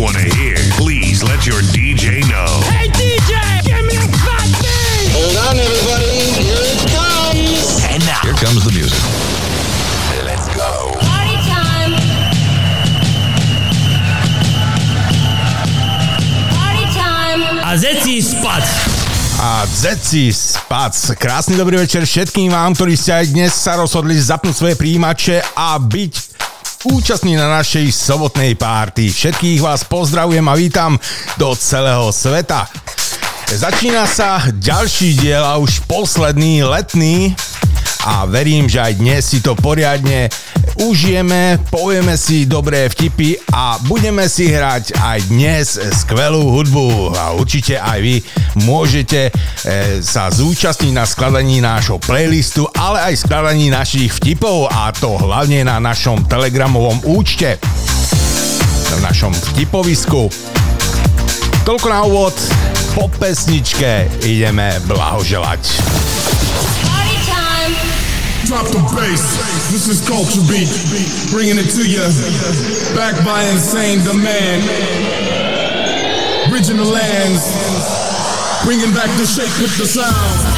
want to hear, please let your DJ know. Hey DJ, give me a fat beat! Hold on everybody, here it comes! And now, here comes the music. Let's go. Party time! Party time! A zeci spať! A Zeci Spac. Krásny dobrý večer všetkým vám, ktorí ste aj dnes sa rozhodli zapnúť svoje príjimače a byť účastní na našej sobotnej párty. Všetkých vás pozdravujem a vítam do celého sveta. Začína sa ďalší diel a už posledný letný a verím, že aj dnes si to poriadne užijeme, povieme si dobré vtipy a budeme si hrať aj dnes skvelú hudbu a určite aj vy môžete sa zúčastniť na skladaní nášho playlistu, ale aj skladaní našich vtipov a to hlavne na našom telegramovom účte, na našom vtipovisku. Toľko na úvod, po pesničke ideme blahoželať. Drop the bass, this is Culture Beat, bringing it to you, backed by Insane Demand, bridging the lands, bringing back the shake with the sound.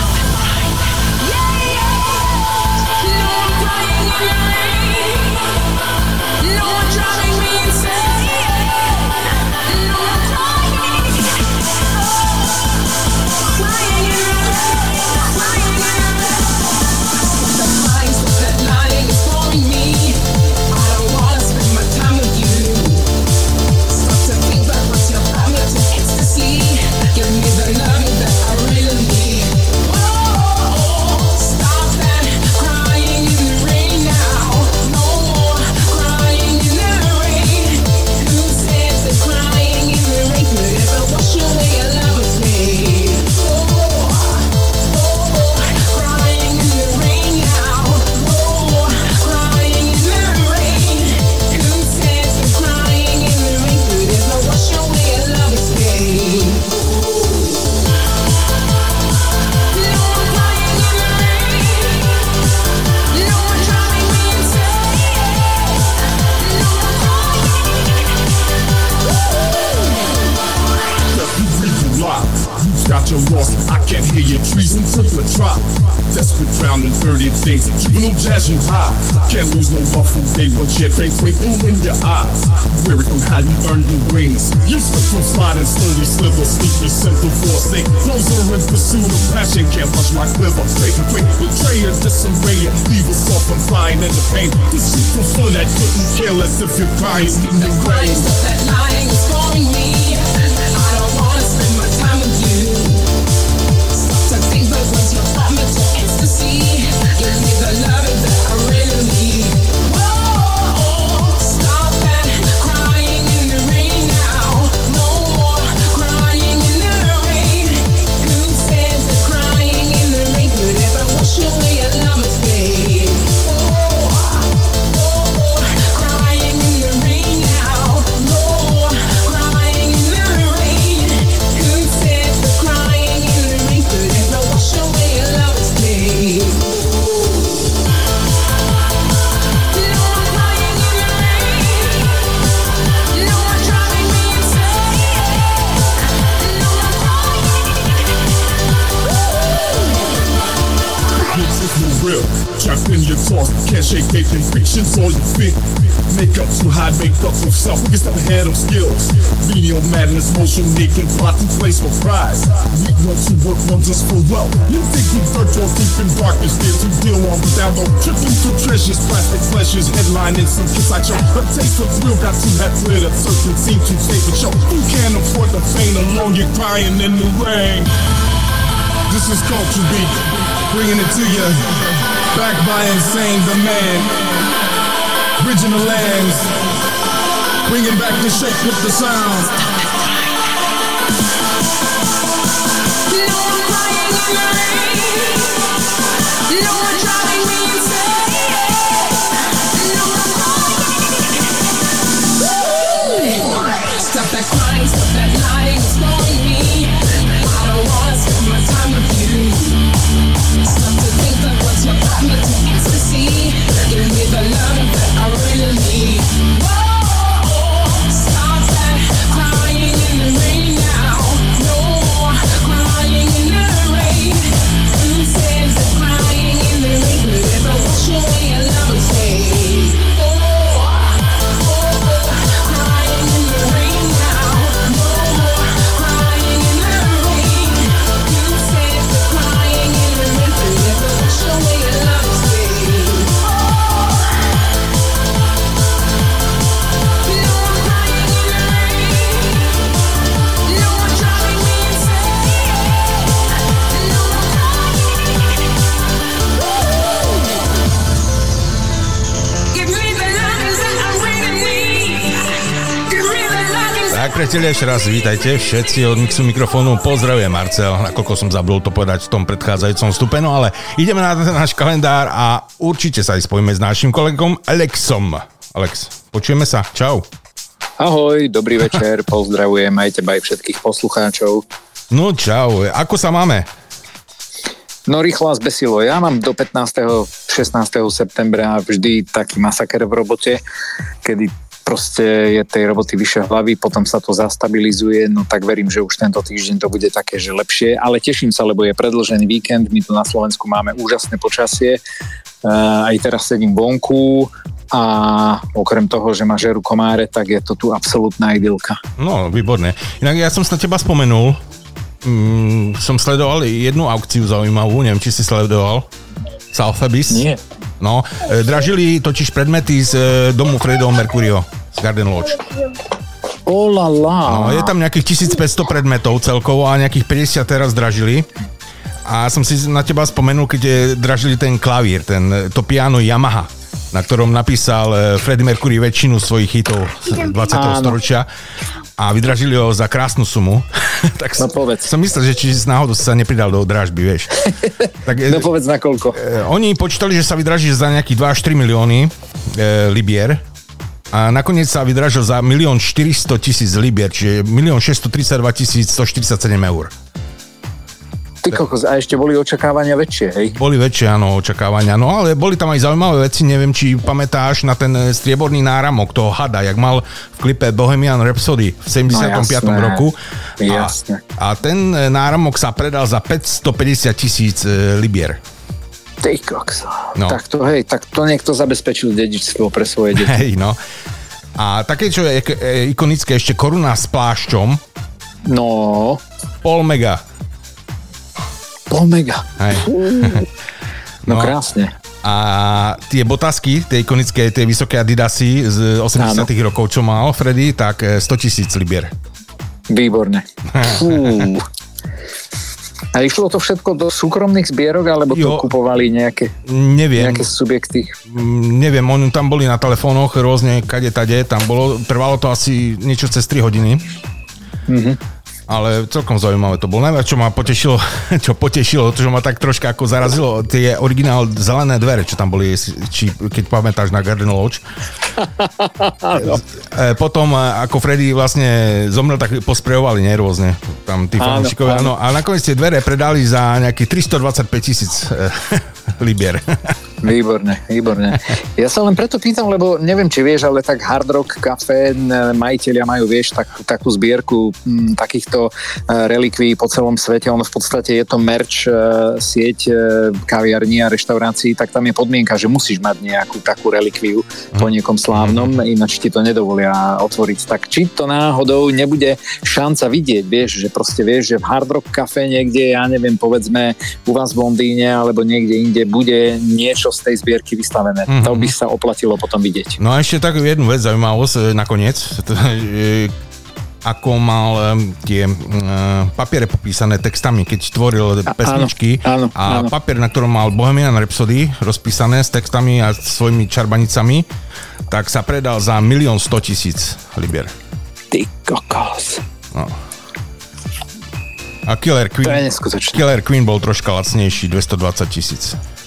I can't hear your treason, triple drop. Desperate drowning 30 things, juvenile jazz you high. Can't lose no buffalo day when champagne twinkle in your eyes. Wear it from how you earned your wings. You slip from sliding, slowly slither, sneaking simple for a sake. Closer in pursuit of passion, can't rush my quiver. Fake and quick, betrayer, disarray it. Leave us off and flying in the pain. This shit was for that couldn't care less if you're crying in the rain. That lying is scoring me. I don't wanna spend my time with you. But once you brought me to ecstasy, give me the loving that I really need. Whoa, stop that crying in the rain now. No more crying in the rain. Who says that crying in the rain could ever wash away a lover's pain? Crying in the rain now. No more crying in the rain. Who says that crying in the rain could ever wash away a lover's pain? No more crying in the rain. No more driving me insane. No more crying. This is real. Trapped in your thoughts, can't shake faith in fictions all you think. Makeup too high, make up for self. We can step ahead of skills. Venial madness, motion making, plot to place for prize. We want to work wonders for wealth. You think we dirt or deep in darkness, there to deal on without no tripping through treasures, plastic pleasures, headlining some kiss I choke. A taste of thrill got to have glitter, certain seem to save a show. Who can't afford the pain alone? You're crying in the rain. This is Culture Beat, bringing it to you, backed by Insane Demand, bridging the lands, bringing back the shake with the sound. No more crying in the rain. No more driving me insane. No more crying. Stop that crying, stop that lying, it's blowing me. I don't wanna spend my time with you. Stop to think that once you brought me to ecstasy, give me the love that I really need. Whoa, stop that crying. Tak priatelia, ešte raz vítajte všetci od Mixu mikrofónu. Pozdravujem Marcel, nakoľko som zabudol to povedať v tom predchádzajúcom vstupe, no ale ideme na ten náš kalendár a určite sa aj spojíme s našim kolegom Alexom. Alex, počujeme sa, čau. Ahoj, dobrý večer, pozdravujem aj teba aj všetkých poslucháčov. No čau, ako sa máme? No rýchlo a zbesilo. Ja mám do 15. 16. septembra vždy taký masaker v robote, kedy proste je tej roboty vyššie hlavy, potom sa to zastabilizuje, no tak verím, že už tento týždeň to bude také, že lepšie, ale teším sa, lebo je predĺžený víkend, my tu na Slovensku máme úžasné počasie, aj teraz sedím vonku a okrem toho, že ma žerú komáre, tak je to tu absolútna idylka. No, výborné. Inak ja som sa na teba spomenul, som sledoval jednu aukciu zaujímavú, neviem, či si sledoval, Sotheby's. Nie. No, dražili totiž predmety z domu Freddieho Mercuryho z Garden Lodge. Olala. No, je tam nejakých 1500 predmetov celkovo a nejakých 50 teraz dražili. A som si na teba spomenul, keď dražili ten klavír, to piano Yamaha, na ktorom napísal Freddie Mercury väčšinu svojich hitov z 20. storočia. A vydražili ho za krásnu sumu. Tak no povedz. Som myslel, že či náhodou sa nepridal do dražby, vieš. Tak, no povedz na koľko. Oni počítali, že sa vydraží za nejakých 2 až 3 milióny libier a nakoniec sa vydražil za 1 400 000 libier, čiže 1 632 147 eur. Ty kokos, a ešte boli očakávania väčšie, hej? Boli väčšie, áno, očakávania, no ale boli tam aj zaujímavé veci, neviem, či pamätáš na ten strieborný náramok toho hada, jak mal v klipe Bohemian Rhapsody v 75. roku. Jasne. A ten náramok sa predal za 550 000 libier. Ty kokos. No. Tak to niekto zabezpečil dedičstvo pre svoje deti. Hej, no. A také, čo je ikonické, ešte koruna s plášťom. No. Pol mega. Hej. No krásne. A tie botasky, tie ikonické, tie vysoké Adidasy z 80 rokov, čo mal Freddy, tak 100 000 libier. Výborné. A išlo to všetko do súkromných zbierok, alebo to kupovali nejaké subjekty? Neviem, oni tam boli na telefónoch rôzne, kade tade, tam trvalo to asi niečo cez 3 hodiny. Mhm. Ale celkom zaujímavé to bolo. Najviac, čo ma potešilo, čo ma tak troška ako zarazilo, tie originál zelené dvere, čo tam boli, keď pamätáš na Garden Lodge. Potom, ako Freddy vlastne zomrel, tak posprejovali nerôzne tam tí fanúšikovia. Áno. A nakoniec tie dvere predali za nejakých 325 000 libier. Výborné. Ja sa len preto pýtam, lebo neviem, či vieš, ale tak Hard Rock Café majiteľia majú, vieš, takú zbierku takýchto relikví po celom svete. Ono v podstate je to merch sieť kaviarní a reštaurácií, tak tam je podmienka, že musíš mať nejakú takú relikviu po niekom slávnom, ináč ti to nedovolia otvoriť. Tak či to náhodou nebude šanca vidieť, vieš, že proste vieš, že v Hard Rock Café niekde, ja neviem, povedzme u vás v Londýne alebo niekde inde bude niečo z tej zbierky vystavené. To by sa oplatilo potom vidieť. No a ešte takú jednu vec, zaujímavosť nakoniec, ako mal tie papiere popísané textami, keď tvoril pesničky áno. papier, na ktorom mal Bohemian Rhapsody rozpísané s textami a svojimi čarbanicami, tak sa predal za 1 100 000 libier. Ty kokos. No. A Killer Queen bol troška lacnejší, 220 000.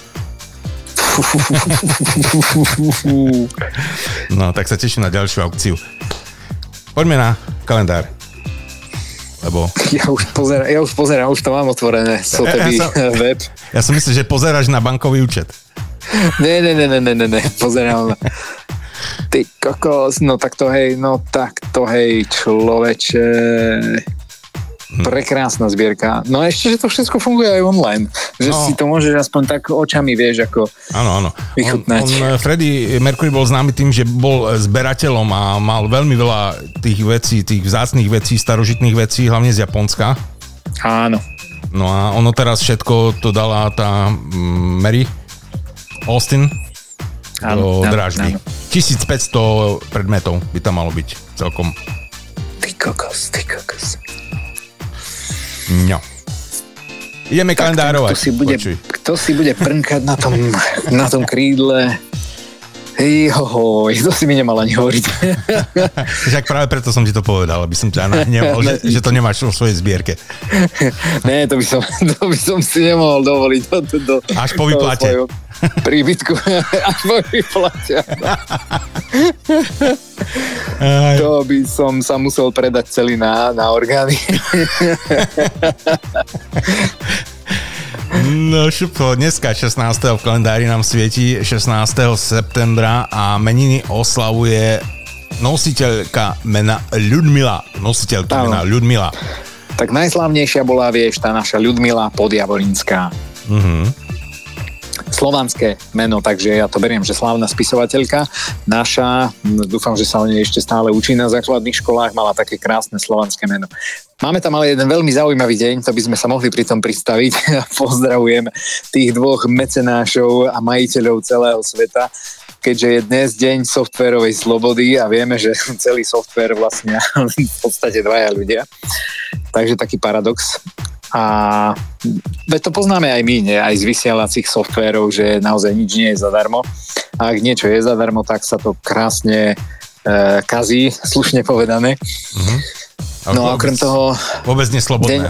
No, tak sa teším na ďalšiu aukciu. Poďme na kalendár. Lebo... Ja už pozerám, už to mám otvorené. Web. Ja som myslel, že pozeráš na bankový účet. Ne, pozerám. Ty kokos, no tak to hej, človeče. Prekrásna zbierka. No ešte, že to všetko funguje aj online. Že si to môžeš aspoň tak očami, vieš, ako vychutnať. Freddie Mercury bol známy tým, že bol zberateľom a mal veľmi veľa tých vecí, tých vzácnych vecí, starožitných vecí, hlavne z Japonska. Áno. No a ono teraz všetko to dala tá Mary Austin do dražby. 1500 predmetov by tam malo byť celkom. Ty kokos. No. Ideme kalendárovať. Kto si bude prnkať na tom krídle Joj, to si mi nemal ani hovoriť. Však práve preto som ti to povedal, aby som ťa nahneval, že to nemáš vo svojej zbierke. Ne, to by som si nemohol dovoliť. Až po vyplate. Príbytku. Až po vyplate. To by som sa musel predať celý na orgány. No šupo, dneska 16. v kalendári nám svieti 16. septembra a meniny oslavuje nositeľka mena Ľudmila. Mena Ľudmila. Tak najslávnejšia bola, vieš, tá naša Ľudmila Podjavorinská. Slovanské meno, takže ja to beriem, že slávna spisovateľka. Naša, dúfam, že sa o nej ešte stále učí na základných školách, mala také krásne slovanské meno. Máme tam ale jeden veľmi zaujímavý deň, to by sme sa mohli pri tom pristaviť. Pozdravujem tých dvoch mecenášov a majiteľov celého sveta, keďže je dnes deň softvérovej slobody a vieme, že celý softvér vlastne v podstate dvaja ľudia. Takže taký paradox. A to poznáme aj my, nie? Aj z vysielacích softvérov, že naozaj nič nie je zadarmo. A ak niečo je zadarmo, tak sa to krásne kazí, slušne povedané. No a okrem toho... Vôbec neslobodné.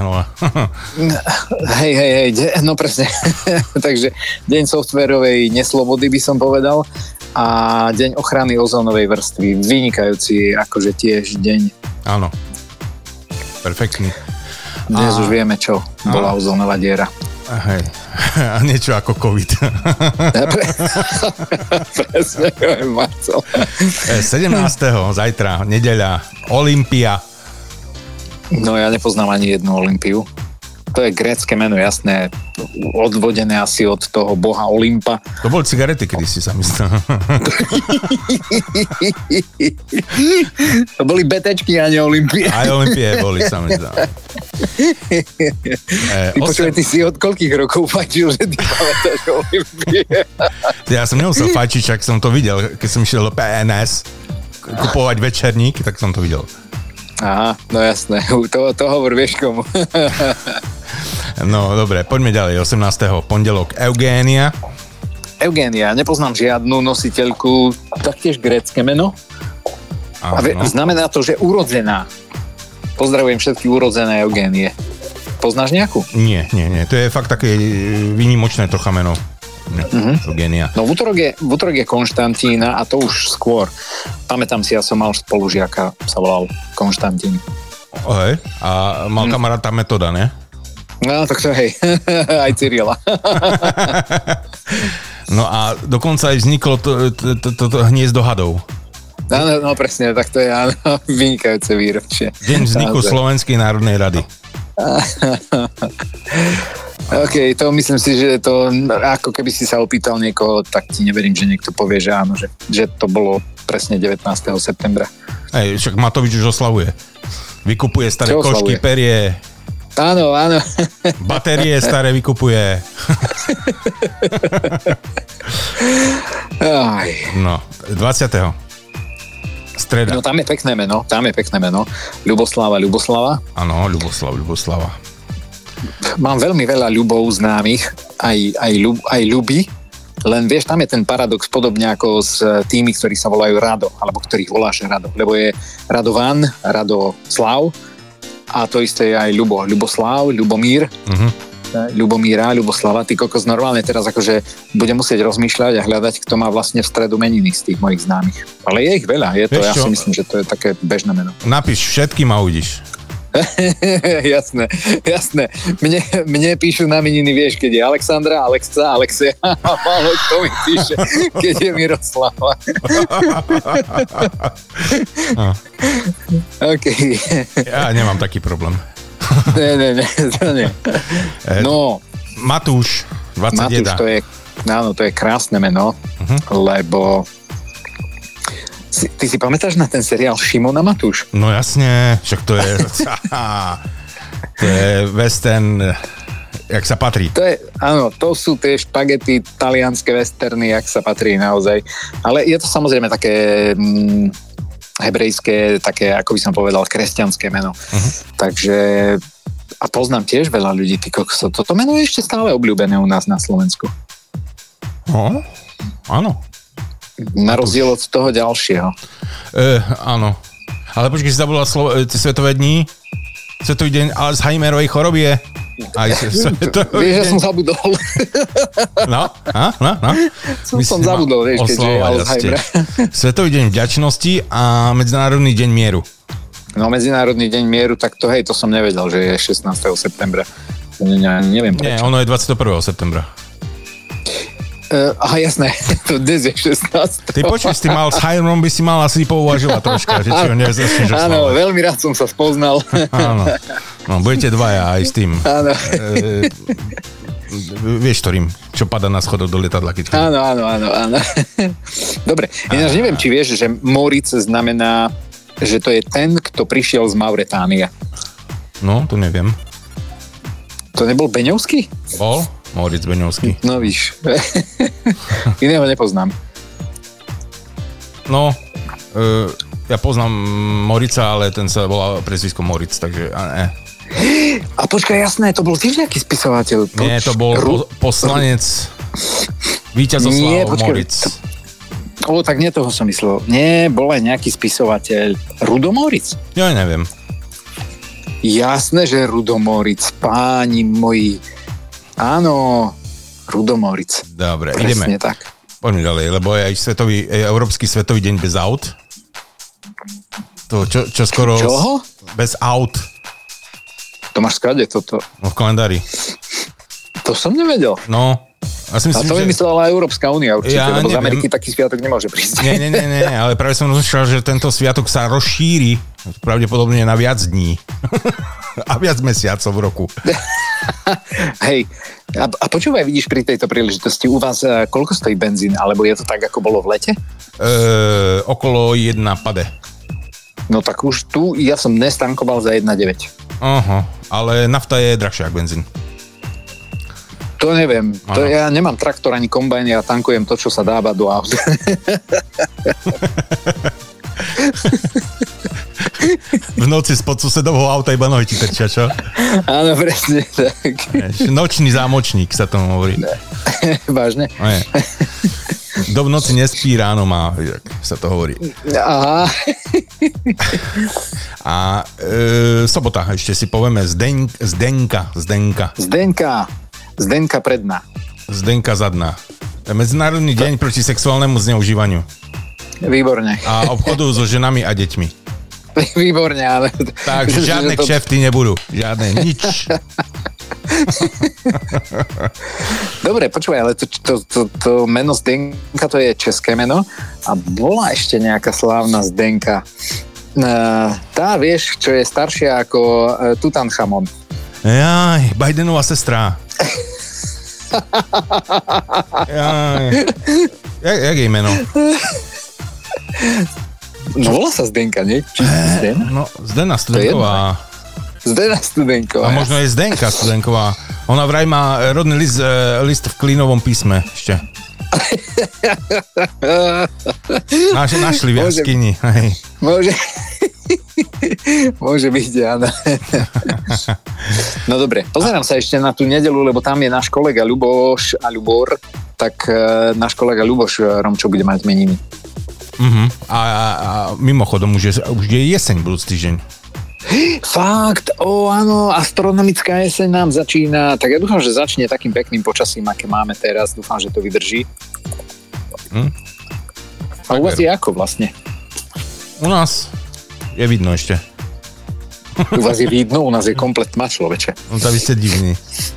Hej, no presne. Takže deň softvérovej neslobody by som povedal a deň ochrany ozónovej vrstvy. Vynikajúci akože tiež deň. Áno. Perfektný. Dnes už vieme, čo bola ozónová diera. Hej. A niečo ako COVID. Presne, Marcel. 17. zajtra, nedeľa, Olympia. No ja nepoznám ani jednu Olympiu. To je grécke meno, jasné, odvodené asi od toho boha Olympa. To boli cigarety, kedy si sa myslel. To boli betečky, a nie Olympie. Aj Olympie boli, sa myslel. Počuj, ty si od koľkých rokov fajčil, že ty pamätáš Olympie? Ja som nemusel fajčiť, však som to videl, keď som išiel do PNS kupovať večerník, tak som to videl. Aha, no jasné, to hovor vieš komu. No dobre, poďme ďalej, 18. pondelok Eugénia. Eugénia, nepoznám žiadnu nositeľku, taktiež grécke meno. A znamená to, že urodzená. Pozdravujem všetky urodzené Eugénie. Poznáš nejakú? Nie, to je fakt také výnimočné trocha meno. Eugénia. No v útorok je Konštantína a to už skôr. Pamätám si, ja som mal spolužiaka, sa volal Konštantín. Hej, a mal kamaráta Metoda, ne? No, tak to hej, aj Cyrila. No a dokonca aj vzniklo to hniezdo hadov. No presne, tak to je vynikajúce výročie. Deň vzniku Slovenskej národnej rady. OK, to myslím si, že to, ako keby si sa opýtal niekoho, tak ti neverím, že niekto povie, že áno, že to bolo presne 19. septembra. Hej, však Matovič už oslavuje. Vykupuje staré košky, perie. Áno. Batérie staré vykupuje. No, 20. Streda. No tam je pekné meno. Ľuboslava. Áno, Ľuboslava. Mám veľmi veľa ľubov známych, aj ľuby, len vieš, tam je ten paradox podobne ako s tými, ktorí sa volajú Rado, alebo ktorých voláš Rado, lebo je Radovan, Radoslav a to isté je aj Ľuboslav, Ľubomír, Ľubomíra, Ľuboslava, ty kokos, normálne teraz akože budem musieť rozmýšľať a hľadať, kto má vlastne v stredu meniny z tých mojich známych. Ale je ich veľa, ja si myslím, že to je také bežné meno. Napíš všetkým a uvidíš. Jasné. Mne píšu na meniny, vieš, keď je Alexandra, Alexa, Alexia a málo kto mi píše, keď je Miroslava. OK. Ja nemám taký problém. Nie. No. Matúš, 21. Matúš, to je krásne meno, lebo ty si pamätáš na ten seriál Šimon a Matúš? No jasne, však to je to je western, jak sa patrí. To sú tie špagety talianské westerny, jak sa patrí naozaj. Ale je to samozrejme také hebrejské, také, ako by som povedal, kresťanské meno. Takže a poznám tiež veľa ľudí, toto meno je ešte stále obľúbené u nás na Slovensku. No, áno. Na rozdiel od toho ďalšieho. Áno. Ale počkej, si zabudla Svetové dni? Svetový deň Alzheimerovej choroby je? Vieš, že som zabudol. No. Som zabudol, vieš, keďže je Alzheimer. Svetový deň vďačnosti a Medzinárodný deň mieru. No, Medzinárodný deň mieru, tak to som nevedel, že je 16. septembra. Neviem prečo. Nie, ono je 21. septembra. Aha, jasné, to dnes je 16. Ty počuj, s tým Alzheimerom by si mal asi pouvažovať troška, že či ho nezačneš oslavovať. Áno, veľmi rád som sa spoznal. Áno, no, budete dvaja aj s tým. Áno. Vieš, ktorým, čo pada na schodok do lietadla, keď chodí. Áno. Dobre, ináč neviem, či vieš, že Moritz znamená, že to je ten, kto prišiel z Mauretánie. No, to neviem. To nebol Beňovský? Bol? Moritz Beňovský. No víš, iného nepoznám. No, ja poznám Morica, ale ten sa volá prezvisko Moritz, takže ne. A počkaj, jasné, to bol tiež nejaký spisovateľ. Nie, to bol poslanec Víťazoslav Moritz. Tak nie toho som myslel. Nie, bol aj nejaký spisovateľ. Rudo Moritz? Ja neviem. Jasné, že Rudo Moritz, páni moji. Áno, Rudo Moritz. Dobre, presne ideme. Tak. Poďme ďalej, lebo je aj Európsky svetový deň bez aut. To, čo skoro... Čoho? Bez aut. To máš skade toto? No, v kalendári. To som nevedel. No, ja si myslím, a to vymyslela Európska únia určite, lebo z Ameriky taký sviatok nemôže prísť. Nie, ale práve som rozmýšľal, že tento sviatok sa rozšíri pravdepodobne na viac dní. A viac mesiacov v roku. Hej, a počúvaj, vidíš pri tejto príležitosti u vás koľko stojí benzín, alebo je to tak, ako bolo v lete? Okolo 1 pade. No tak už tu, ja som dnes tankoval za 1,9. Aha, ale nafta je drahšia ako benzín. To neviem, to ja nemám traktor ani kombajn, ja tankujem to, čo sa dáva do aut. V noci spod susedovho auta iba nohy ti trčia, čo? Áno, presne tak. Nočný zámočník sa tomu hovorí. Vážne? Kto v noci nespí, ráno má, jak sa to hovorí. Aha. A sobota, ešte si povieme Zdenka predná. Zdenka zadná. Medzinárodný deň proti sexuálnemu zneužívaniu. Výborne. A obchodu so ženami a deťmi. Výborne, ale... Takže žiadne kšefty nebudú. Žiadne, nič. Dobre, počúvaj, ale to meno Zdenka, to je české meno a bola ešte nejaká slávna Zdenka. Tá, vieš, čo je staršia ako Tutanchamon. Jaj, Bidenová sestra. Jaj. Jak jej meno? No volá sa Zdenka, nie? No, Zdena Studenková. Zdena Studenková. A možno je Zdenka Studenková. Ona vraj má rodný list v klínovom písme ešte. Našli v jaskyni. Môže byť, áno. No dobre, pozerám sa ešte na tú nedeľu, lebo tam je náš kolega Ľuboš a Ľubor, tak náš kolega Ľuboš Romčo bude mať meniny. A mimochodom, už je jeseň budúci týždeň. Fakt, áno, astronomická jeseň nám začína, tak ja dúfam, že začne takým pekným počasím, aké máme teraz, dúfam, že to vydrží. A u vás je ako vlastne? U nás je vidno ešte. U vás je vidno, u nás je komplet tma, človeče. No to vy ste divní.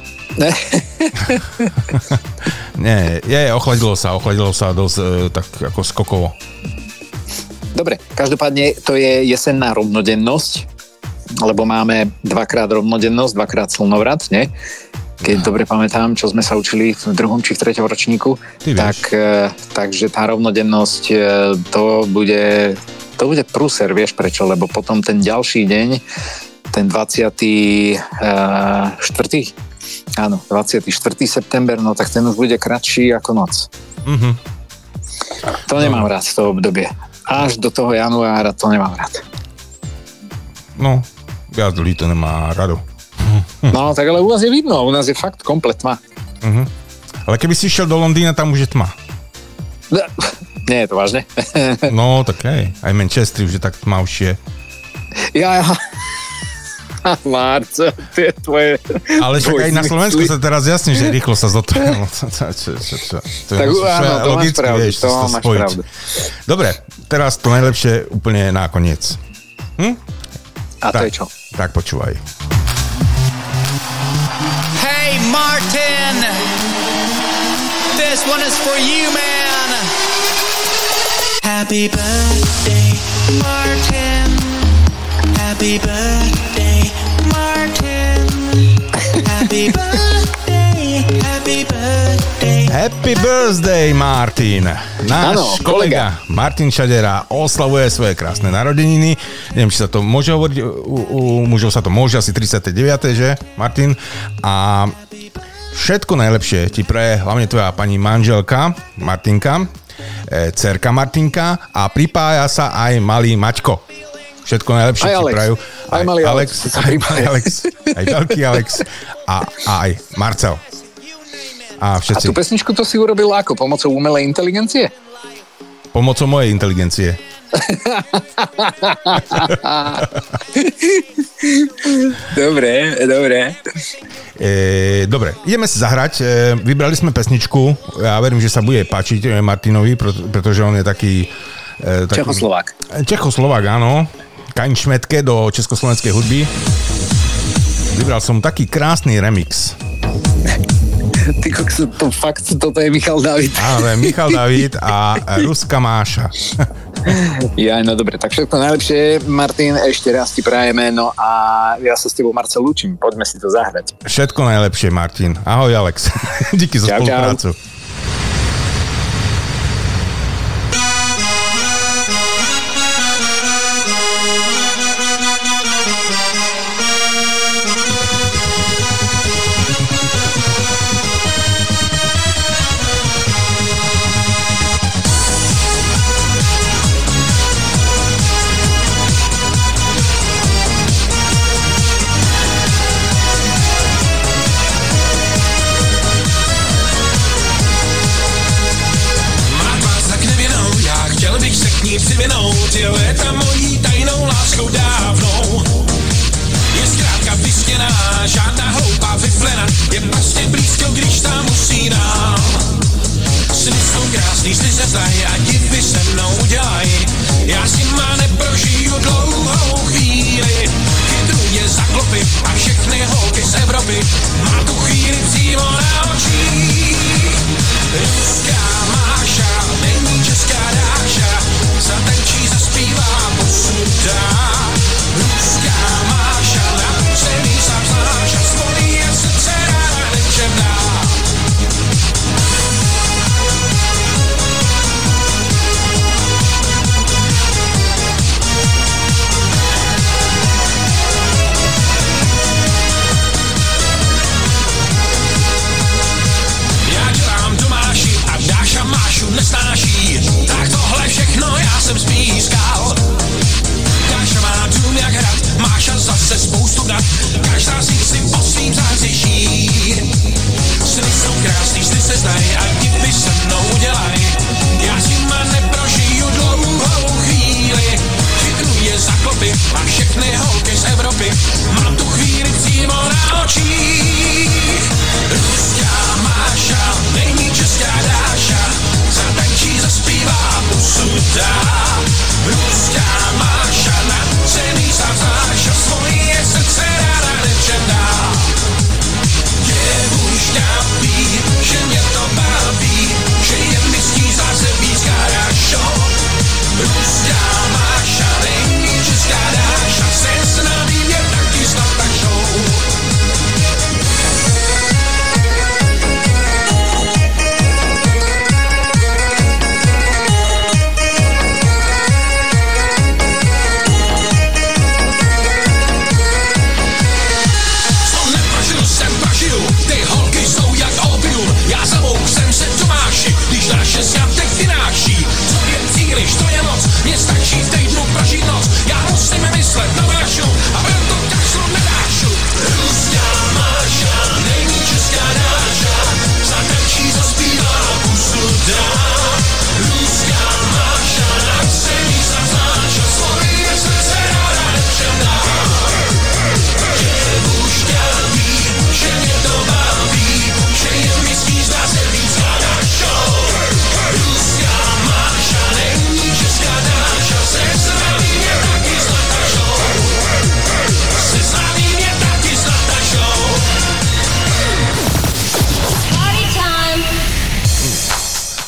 Nie, ochladilo sa dosť tak ako skokovo. Dobre, každopádne to je jesenná rovnodennosť, lebo máme 2-krát rovnodennosť, 2-krát slnovrat, nie? Keď dobre pamätám, čo sme sa učili v 2. či v 3. ročníku, takže tá rovnodennosť to bude prúser, vieš prečo, lebo potom ten ďalší deň, ten 24. september, no tak ten už bude kratší ako noc. To nemám rád v to obdobie. Až do toho januára to nemám rád. No, viac ľudí to nemá rado. No, tak ale u nás je vidno, u nás je fakt komplet tma. Ale keby si išiel do Londýna, tam už je tma. Nie je to vážne? No, tak hej. Aj Manchester už je tak tmavšie. Ja. Marco, tie tvoje... Ale však aj na Slovensku sa teraz jasne, že rýchlo sa zotrelo. Tak áno, to máš pravdu. To máš pravdu. Dobre, teraz to najlepšie úplne nakoniec. A to je čo? Tak počúvaj. Hey, Martin! This one is for you, man! Happy birthday, Martin! Happy birthday, Martin! Happy birthday, happy birthday! Happy birthday, Martin! Náš kolega Martin Šadera oslavuje svoje krásne narodeniny. Neviem, či sa to môže hovoriť, u mužov sa to môže, asi 39. že, Martin? A všetko najlepšie ti praje hlavne tvoja pani manželka Martinka, dcerka Martinka a pripája sa aj malý Maťko. Všetko najlepšie ti prajú. Aj malý Alex. Aj veľký Alex a aj Marcel. A všetci. A tú pesničku to si urobil ako? Pomocou umelej inteligencie? Pomocou mojej inteligencie. Dobre. Dobre, ideme si zahrať. Vybrali sme pesničku. Ja verím, že sa bude páčiť Martinovi, pretože on je taký Čechoslovák, áno. Kaň šmetke do československej hudby. Vybral som taký krásny remix. Ty kokso, toto je Michal David. Áno, je Michal David a Ruska Máša. Ja, no dobre, tak všetko najlepšie, Martin, ešte raz ti prajeme, no a ja sa s tebou, Marcel, lúčim, poďme si to zahrať. Všetko najlepšie, Martin. Ahoj, Alex. Díky za spoluprácu.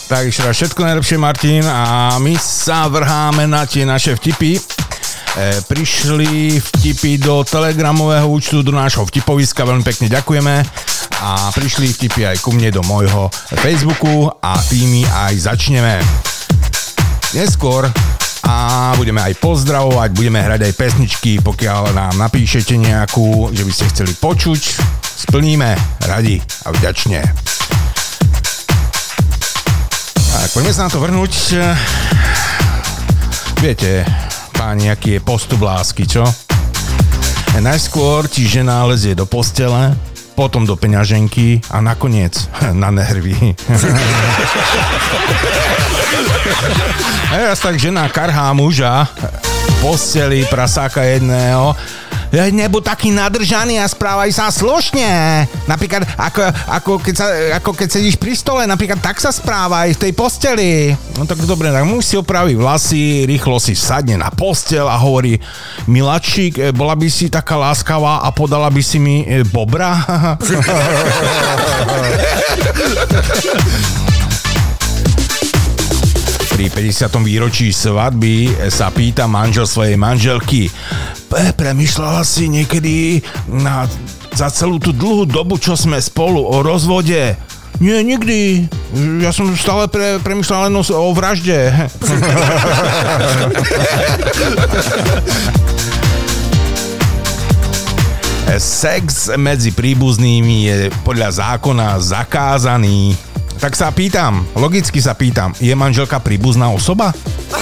Tak ešte raz všetko najlepšie, Martin, a my sa vrháme na tie naše vtipy. Prišli vtipy do telegramového účtu, do nášho vtipoviska, veľmi pekne ďakujeme. A prišli vtipy aj ku mne do môjho Facebooku a tými aj začneme. Neskôr a budeme aj pozdravovať, budeme hrať aj pesničky, pokiaľ nám napíšete nejakú, že by ste chceli počuť, splníme radi a vďačne. Tak poďme sa na to vrhnúť. Viete, páni, aký je postup lásky, čo? Najskôr ti žena lezie do postele, potom do peňaženky a nakoniec na nervy. Raz tak žena karhá muža v posteli, prasáka jedného. Nebuď taký nadržaný a správaj sa slušne. Napríklad, ako keď sedíš pri stole, napríklad tak sa správaj v tej posteli. No tak dobre, tak muž si opraví vlasy, rýchlo si sadne na postel a hovorí: Miláčik, bola by si taká láskavá a podala by si mi bobra? Pri 50. výročí svadby sa pýta manžel svojej manželky: premýšľala si niekedy za celú tú dlhú dobu, čo sme spolu, o rozvode? Nie, nikdy. Ja som stále premýšľal len o vražde. Sex medzi príbuznými je podľa zákona zakázaný. Tak sa pýtam, logicky sa pýtam, je manželka príbuzná osoba?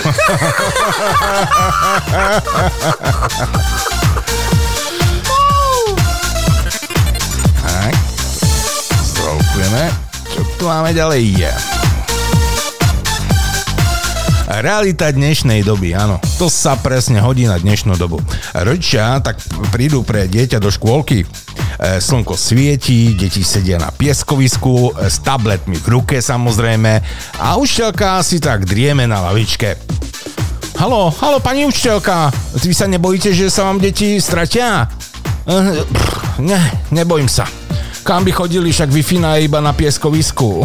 Tak, zdrolkujeme. Čo tu máme ďalej? Realita dnešnej doby, áno. To sa presne hodí na dnešnú dobu. Rodičia tak prídu pre dieťa do škôlky. Slnko svieti, deti sedia na pieskovisku, s tabletmi v ruke samozrejme a učiteľka si tak drieme na lavičke. Haló, pani učiteľka, vy sa nebojíte, že sa vám deti stratia? Nebojím sa. Kam by chodili, však Wi-Fi je iba na pieskovisku.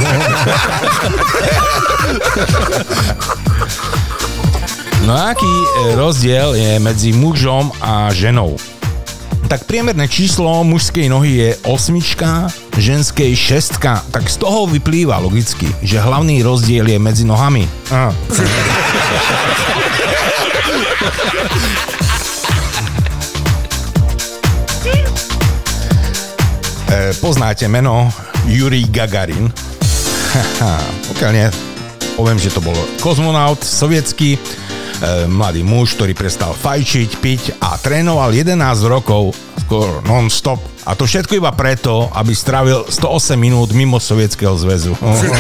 No aký rozdiel je medzi mužom a ženou? Tak priemerné číslo mužskej nohy je 8, ženskej 6. Tak z toho vyplýva logicky, že hlavný rozdiel je medzi nohami. Poznáte meno Jurij Gagarin? Pokiaľ nie, poviem, že to bol kozmonaut sovietský, mladý muž, ktorý prestal fajčiť, piť a trénoval 11 rokov skoro non-stop. A to všetko iba preto, aby strávil 108 minút mimo Sovietskeho zväzu.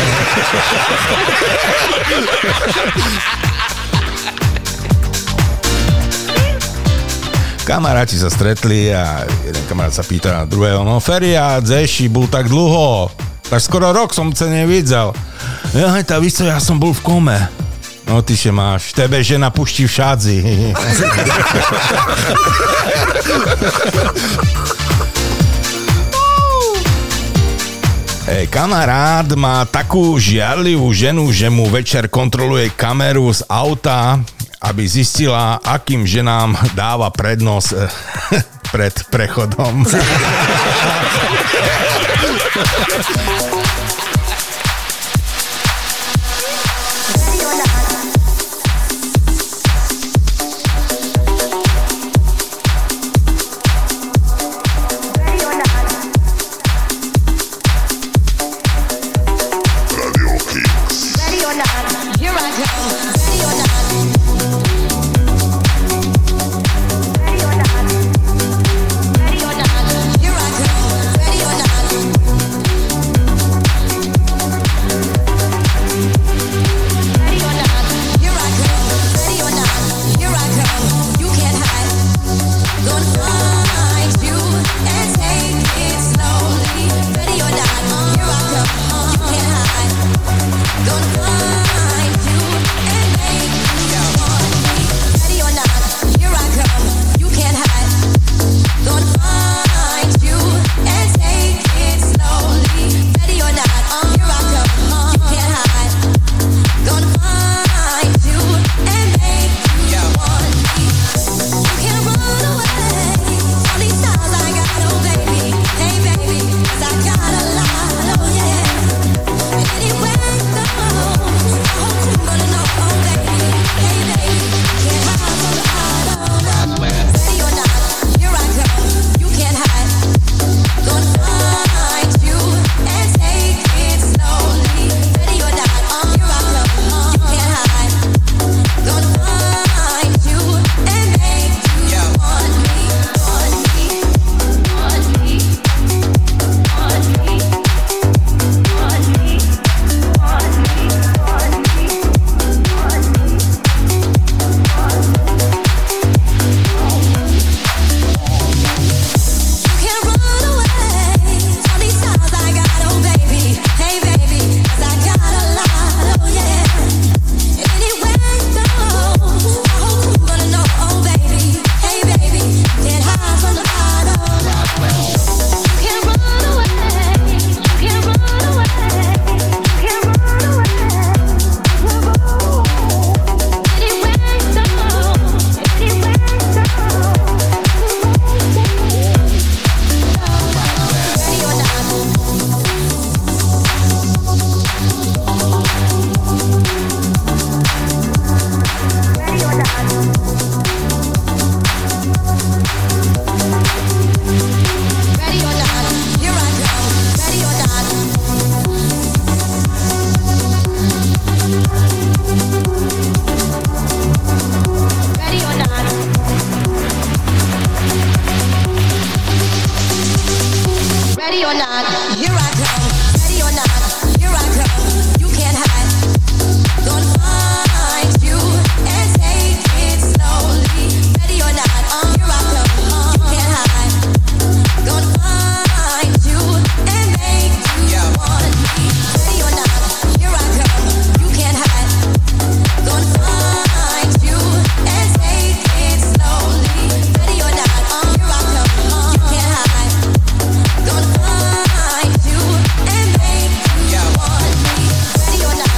Kamaráti sa stretli a jeden kamarát sa pýta na druhého: no Feria, Zeši, bol tak dlho, tak skoro rok som sa nevidel. Tá víš co, ja som bol v kome. No ty še máš, tebe žena puští v šádzi. Kamarát má takú žiarlivú ženu, že mu večer kontroluje kameru z auta, aby zistila, akým ženám dáva prednosť pred prechodom. or not, here I come. Ready or not, here I come. You can't hide. Gonna find you and take it slowly. Ready or not, here I come. You can't hide. Gonna find you and make you want me. Ready or not, here I come. You can't hide. Gonna find you and take it slowly. Ready or not, here I come. You can't hide. Gonna find you and make you want me. Ready or not.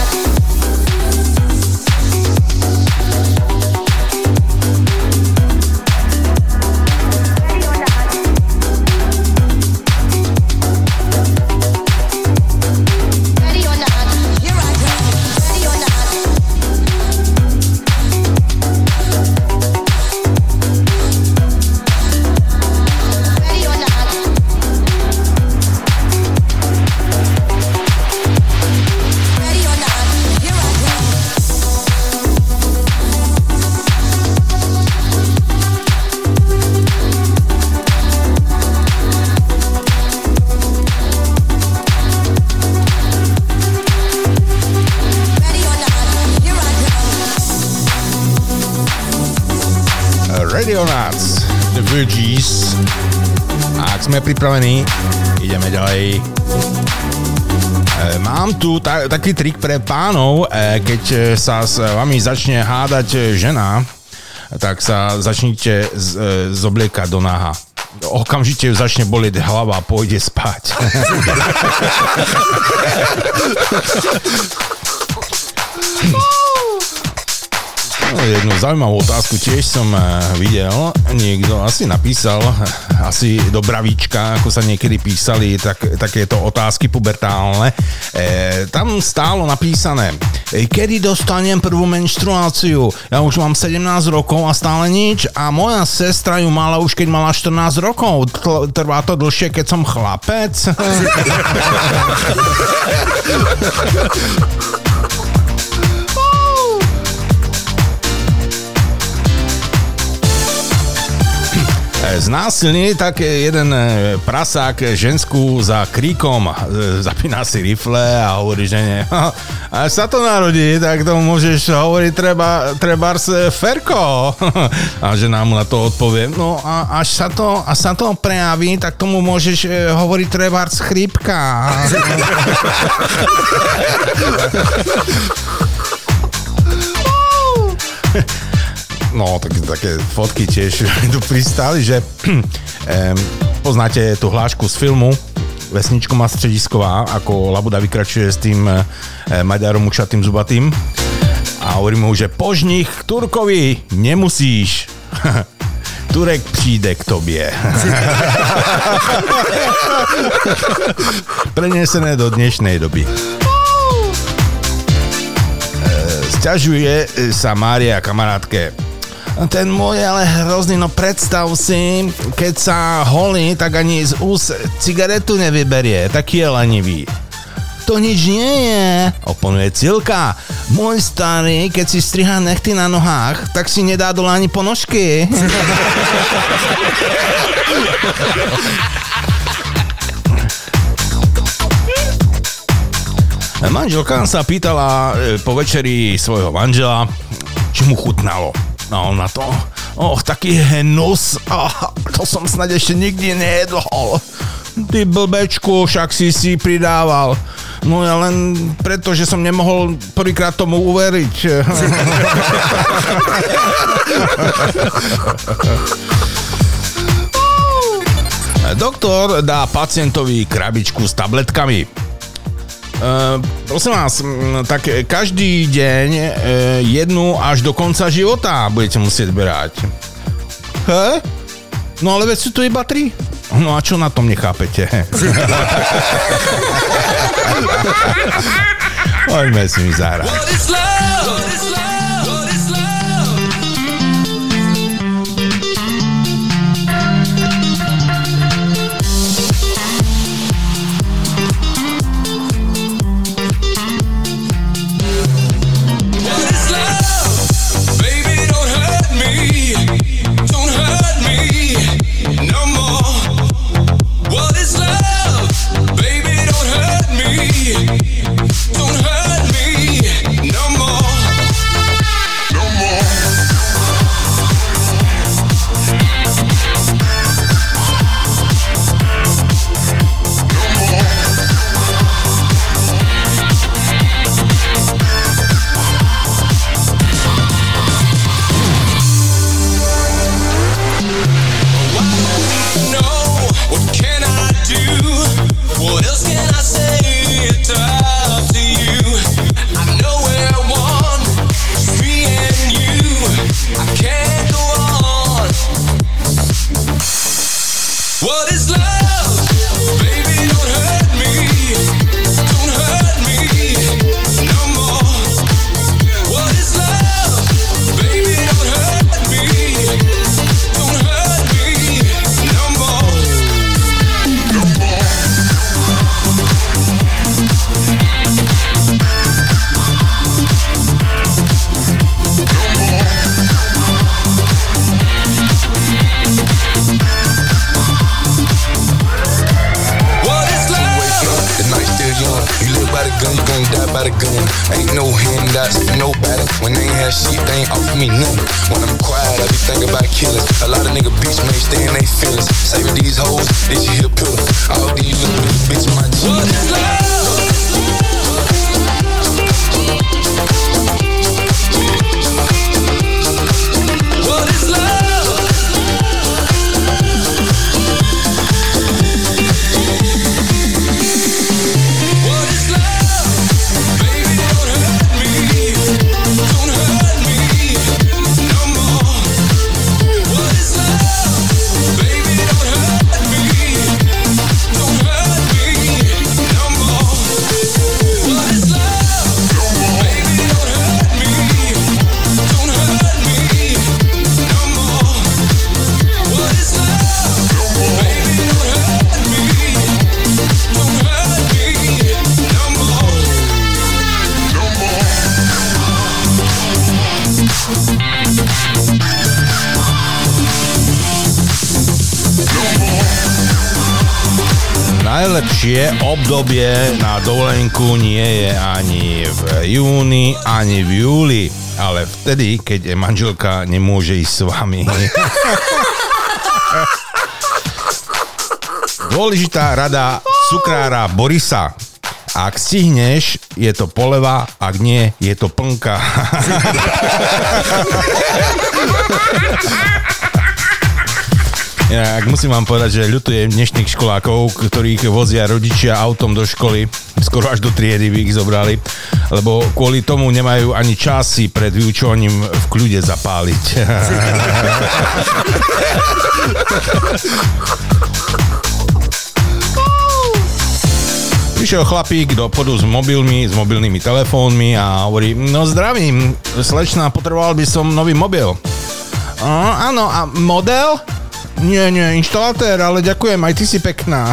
Ready or not, here I come. Ready or not. Ready or not. Ready or not, here I come. Ready or not, here I come. Radio Nuts, The Virgins. A ak sme pripravení, ideme ďalej. Mám tu taký trik pre pánov, keď sa s vami začne hádať žena, tak sa začnite zobliekať do náha. Okamžite ju začne bolieť hlava a pôjde spať. No, jednu zaujímavú otázku tiež som videl. Niekto asi napísal, asi do bravíčka, ako sa niekedy písali takéto otázky pubertálne. Tam stálo napísané: kedy dostanem prvú menštruáciu? Ja už mám 17 rokov a stále nič. A moja sestra ju mala už keď mala 14 rokov. Trvá to dlhšie, keď som chlapec? Znásilní tak jeden prasák žensku za kríkom, zapína si rifle a hovorí žene: až sa to narodí, tak to môžeš hovoriť trebárs Ferko. A žena mu na to odpovie: no a až sa to prejaví, tak tomu môžeš hovoriť trebárs chrípka. No, také fotky tiež tu pristali, že poznáte tú hlášku z filmu Vesničko má středisková, ako Labuda vykračuje s tým Maďarom ušatým zubatým a hovorí mu, že požnich k Turkovi nemusíš. Turek přijde k tobě. Prenesené do dnešnej doby. Sťažuje sa Mária kamarátke: ten môj ale hrozný, no predstav si, keď sa holí, tak ani z úst cigaretu nevyberie, taký je lenivý. To nič nie je, oponuje Cilka. Môj starý, keď si striha nechty na nohách, tak si nedá dole ani ponožky. Manželka sa pýtala po večeri svojho manžela, či mu chutnalo. No on na to: taký hnus, to som snad ešte nikdy nejedol. Ty blbečku, však si pridával. No ja len preto, že som nemohol prvýkrát tomu uveriť. Doktor dá pacientovi krabičku s tabletkami. Prosím vás, tak každý deň jednu až do konca života budete musieť berať. He? No ale veď sú tu iba 3. No a čo na tom nechápete? Poďme si mi zahrať. What is love? What is love? Baby, don't hurt me. Don't hurt me no more. What is love? Baby, don't hurt me. Don't hurt me no more. By the gun, you gon' die by the gun. Ain't no handouts, no battle. When they ain't have shit, they ain't offer me nothing. When I'm quiet, I be thinking about killers. A lot of nigga bitch may stay in they feelings. Saving these hoes, this you hit a pillar. All these little bitch my G. What is love? What is love? Najlepšie obdobie na dovolenku nie je ani v júni, ani v júli, ale vtedy, keď manželka nemôže ísť s vami. Dôležitá rada cukrára Borisa. Ak stihneš, je to poleva, ak nie, je to plnka. Ja, musím vám povedať, že ľutujem dnešných školákov, ktorých vozia rodičia autom do školy, skoro až do triedy by ich zobrali, lebo kvôli tomu nemajú ani čas si pred vyučovaním v kľude zapáliť. Prišiel chlapík do obchodu s mobilnými telefónmi a hovorí, no zdravím, slečná, potreboval by som nový mobil. Áno, a model? Nie, inštalatér, ale ďakujem, aj ty si pekná.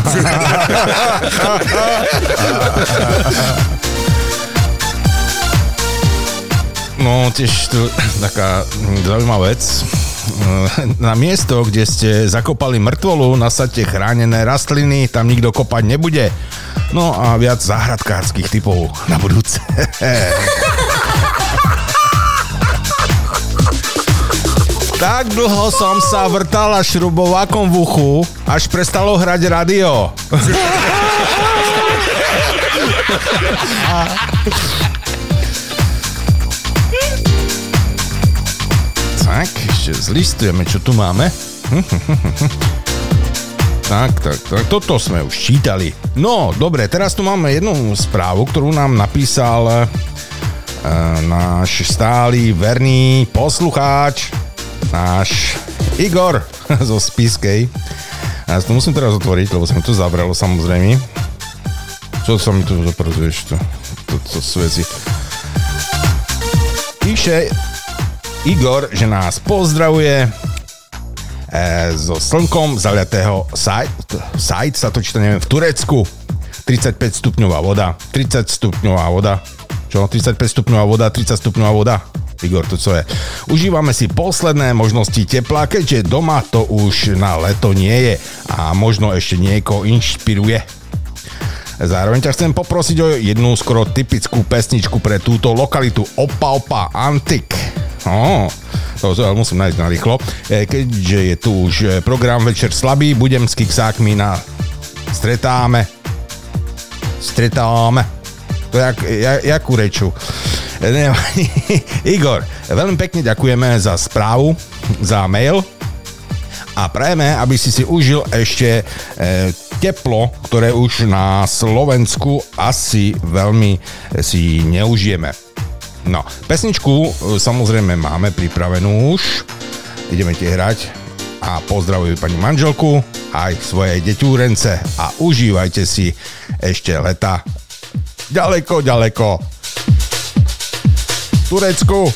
No, tiež tu taká zaujímavá vec. Na miesto, kde ste zakopali mŕtvolu, nasadte chránené rastliny, tam nikto kopať nebude. No a viac záhradkárskych typov na budúce. Tak dlho som sa vrtala šrubovákom v uchu, až prestalo hrať rádio. Tak, ešte zlistujeme, čo tu máme. Tak, toto sme už čítali. No, dobre, teraz tu máme jednu správu, ktorú nám napísal náš stály verný poslucháč, náš Igor zo Spiskej. Ja to musím teraz otvoriť, lebo sa mi to zabralo, samozrejme. Čo sa mi tu zapracuješ? To sú veci. Píše Igor, že nás pozdravuje so slnkom zaliatého sajt sa to číta, neviem, v Turecku. 35 stupňová voda, 30 stupňová voda. Čo? 35 stupňová voda, 30 stupňová voda. Igor, to co je? Užívame si posledné možnosti tepla, keďže doma to už na leto nie je a možno ešte niekoho inšpiruje. Zároveň ťa chcem poprosiť o jednu skoro typickú pesničku pre túto lokalitu. Opa Opa Antik. To musím nájsť na rýchlo. Keďže je tu už program Večer slabý, budem s kiksákmi na stretáme. To jakú reču? Igor, veľmi pekne ďakujeme za správu, za mail a prajeme, aby si užil ešte teplo, ktoré už na Slovensku asi veľmi si neužijeme. No, pesničku samozrejme máme pripravenú už, ideme tie hrať a pozdravujem pani manželku aj svoje deťúrence a užívajte si ešte leta ďaleko, ďaleko v Turecku.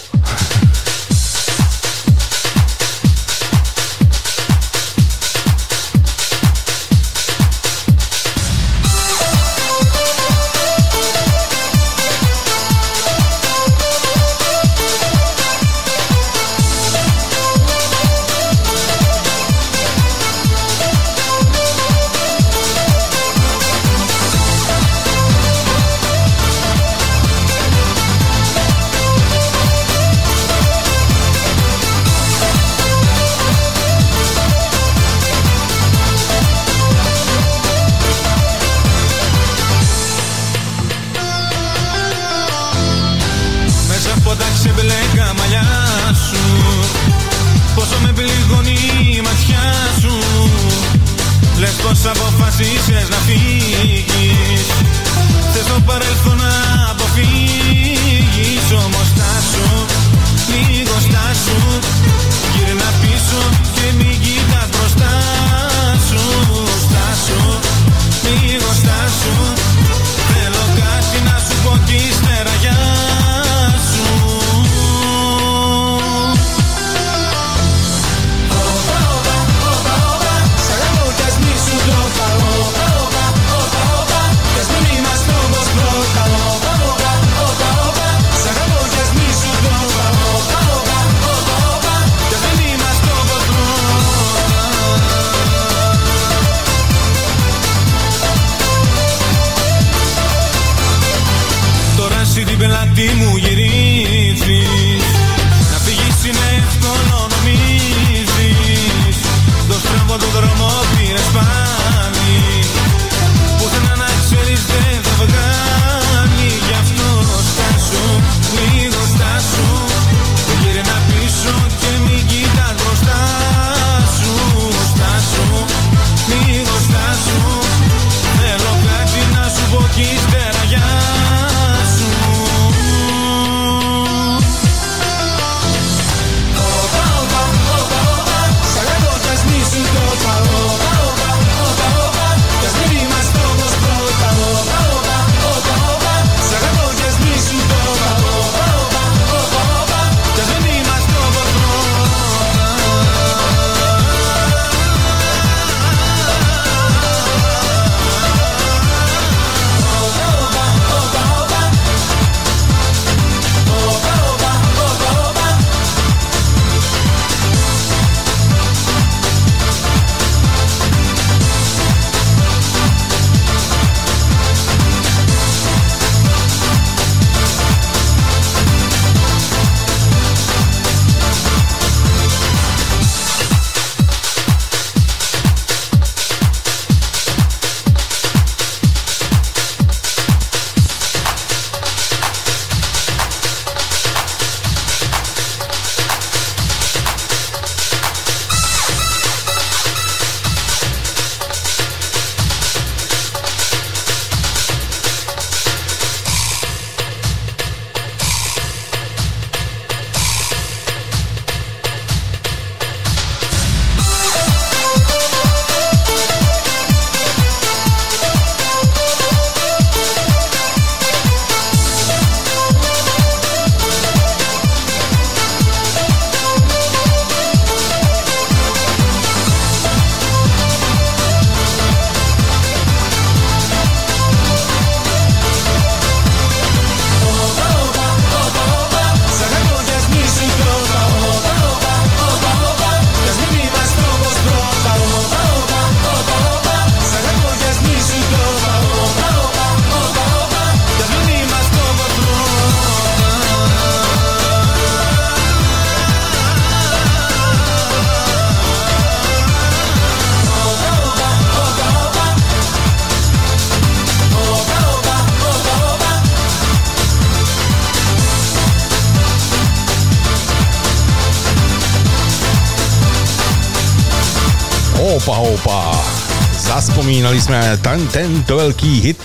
Opa. Zaspomínali sme tento veľký hit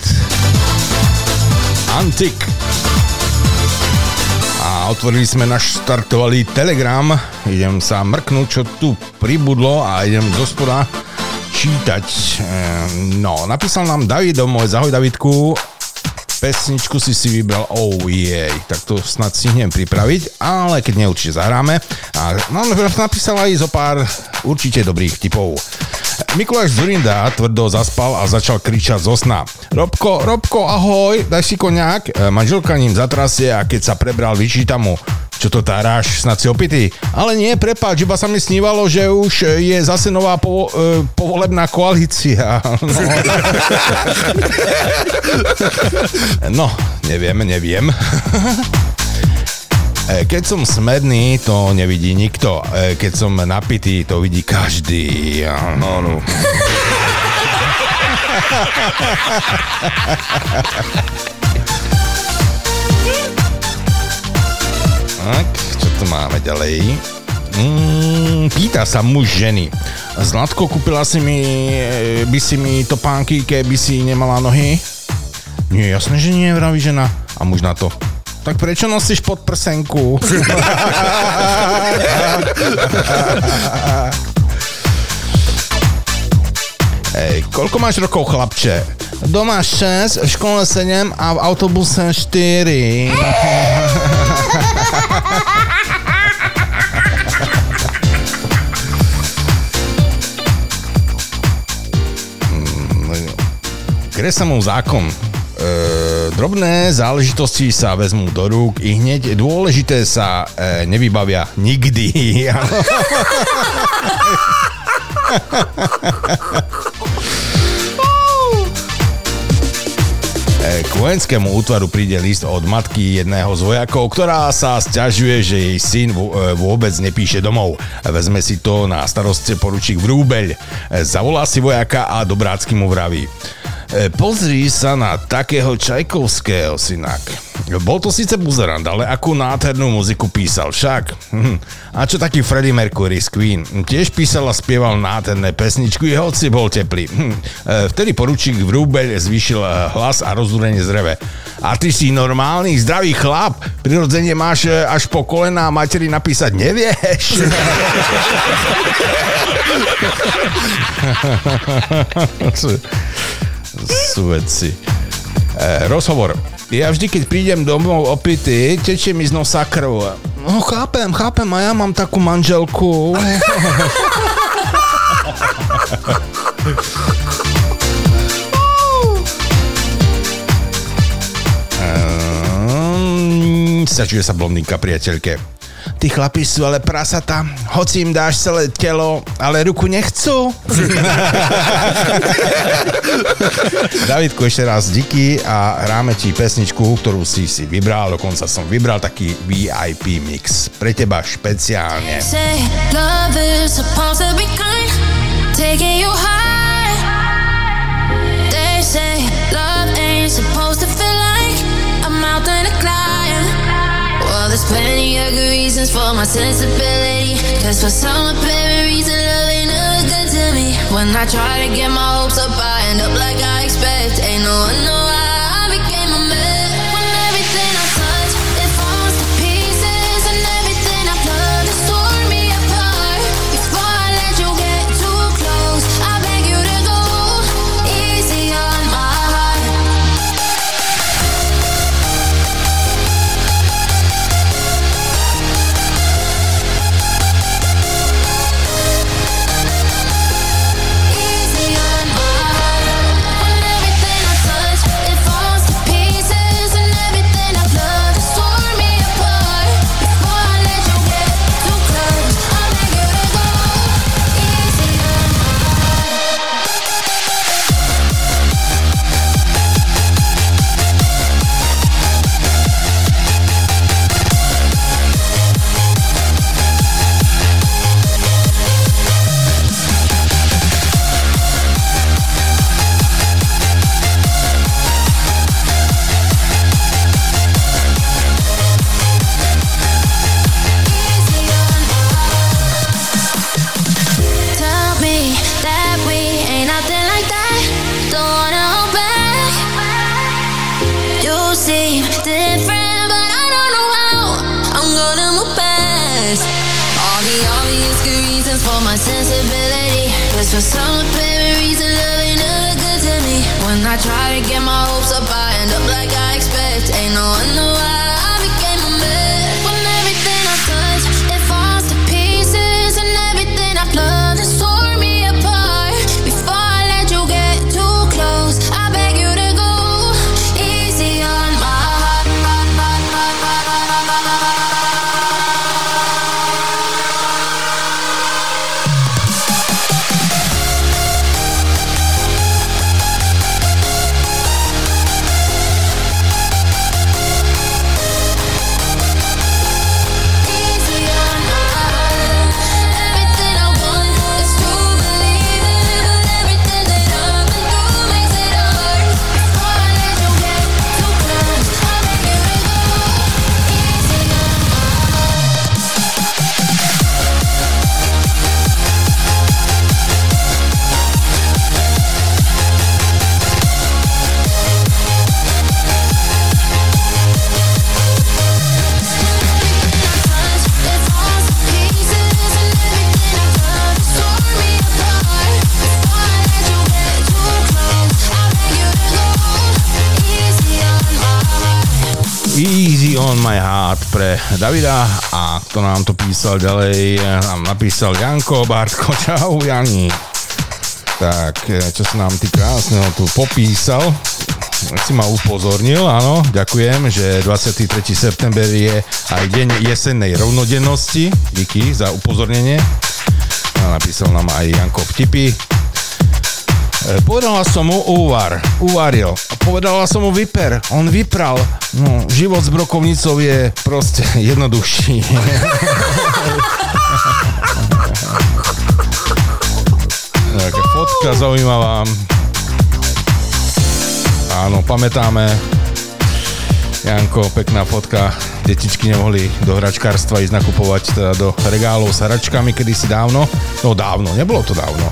Antik. A otvorili sme, naštartovali Telegram. Idem sa mrknúť, čo tu pribudlo a idem zo spoda čítať. No, napísal nám Davido, môj zahoj Davidku. Pesničku si vybral, tak to snad stihnem pripraviť, ale keď nie, určite zahráme. A napísal aj zo pár určite dobrých tipov. Mikuláš Zurinda tvrdo zaspal a začal kričať zo sna. Robko, ahoj, daj si koňák. Manželka ním zatrasie a keď sa prebral, vyčíta mu: čo to táráš, snad si opitý? Ale nie, prepáč, iba sa mi snívalo, že už je zase nová povolebná koalícia. No, neviem. Keď som smedný, to nevidí nikto. Keď som napitý, to vidí každý. No. Tak, čo tu máme ďalej? Pýta sa muž ženy: Zlatko, kúpila by si mi topánky, keby si nemala nohy? Nie, jasné, že nie, vraví žena. A muž na to: tak prečo nosíš podprsenku? Koľko máš rokov, chlapče? Doma 6, v škole 7 a v autobuse 4. Gre sa mu zákon. Drobné záležitosti sa vezmú do rúk i hneď dôležité sa nevybavia nikdy. K vojenskému útvaru príde list od matky jedného z vojakov, ktorá sa sťažuje, že jej syn vôbec nepíše domov. Vezme si to na starost poručík Vrúbeľ. Zavolá si vojaka a dobrácky mu vraví: pozri sa na takého Čajkovského, synák. Bol to síce buzerant, ale akú nádhernú muziku písal však. A čo taký Freddie Mercury z Queen? Tiež písal a spieval nádherné pesničky, hoci bol teplý. Vtedy poručík Vrúbeľ zvýšil hlas a rozúrenie zreve: a ty si normálny, zdravý chlap? Prirodzene máš až po kolená materi napísať nevieš? Sú veci. Rozhovor. Ja vždy, keď prídem domov opitý, tečie mi z nosa krv. No chápem, a ja mám takú manželku. Sťažuje sa blondínka priateľke: tí chlapi sú ale prasata, hoci im dáš celé telo, ale ruku nechcú. Davidku, ešte raz díky a hráme ti pesničku, ktorú si vybral, dokonca som vybral taký VIP mix pre teba špeciálne. Say love is supposed to be kind, taking you high. They say love ain't supposed to feel like a mountain to climb. Well, there's plenty of good reasons for my sensibility, 'cause for some apparent reason love ain't never good to me. When I try to get my hopes up, I end up like I expect. Ain't no one know why I became a mess. When everything I touch, it falls to pieces, and everything I've done has torn me apart. Before I let you get too close, I beg you to go easy on my heart. Easy on my heart. When everything I touch, it falls to pieces, and everything I've loved has torn me apart. Before I let you get too close, I beg you to go easy on my heart. Tell me that we ain't nothing like that. Don't wanna hold back. You seem different, but I don't know how I'm gonna move past all the obvious good reasons for my sensibility. 'Cause For some apparent reason, love ain't never good to me. When I try to get my hopes up, I end up like I expect. Ain't no wonder why I became a mess. When everything I touch, it falls to pieces, and everything I've loved has torn me apart. Before I let you get too close, I beg you to go easy on my heart. Easy on my heart pre Davida a kto nám to písal ďalej, nám napísal Janko Bartko, čau Jani. Tak, čo sa nám ty krásneho tu popísal, si ma upozornil, áno, ďakujem, že 23. september je aj deň jesennej rovnodennosti, díky za upozornenie. A napísal nám aj Janko vtipy. Povedala som mu uvaril. Povedala som mu vyper, on vypral. No, život s brokovnicou je proste jednoduchší. Taká fotka zaujímavá. Áno, pamätáme. Janko, pekná fotka. Detičky nemohli do hračkárstva ísť nakupovať teda do regálov s hračkami kedysi dávno. No dávno, nebolo to dávno.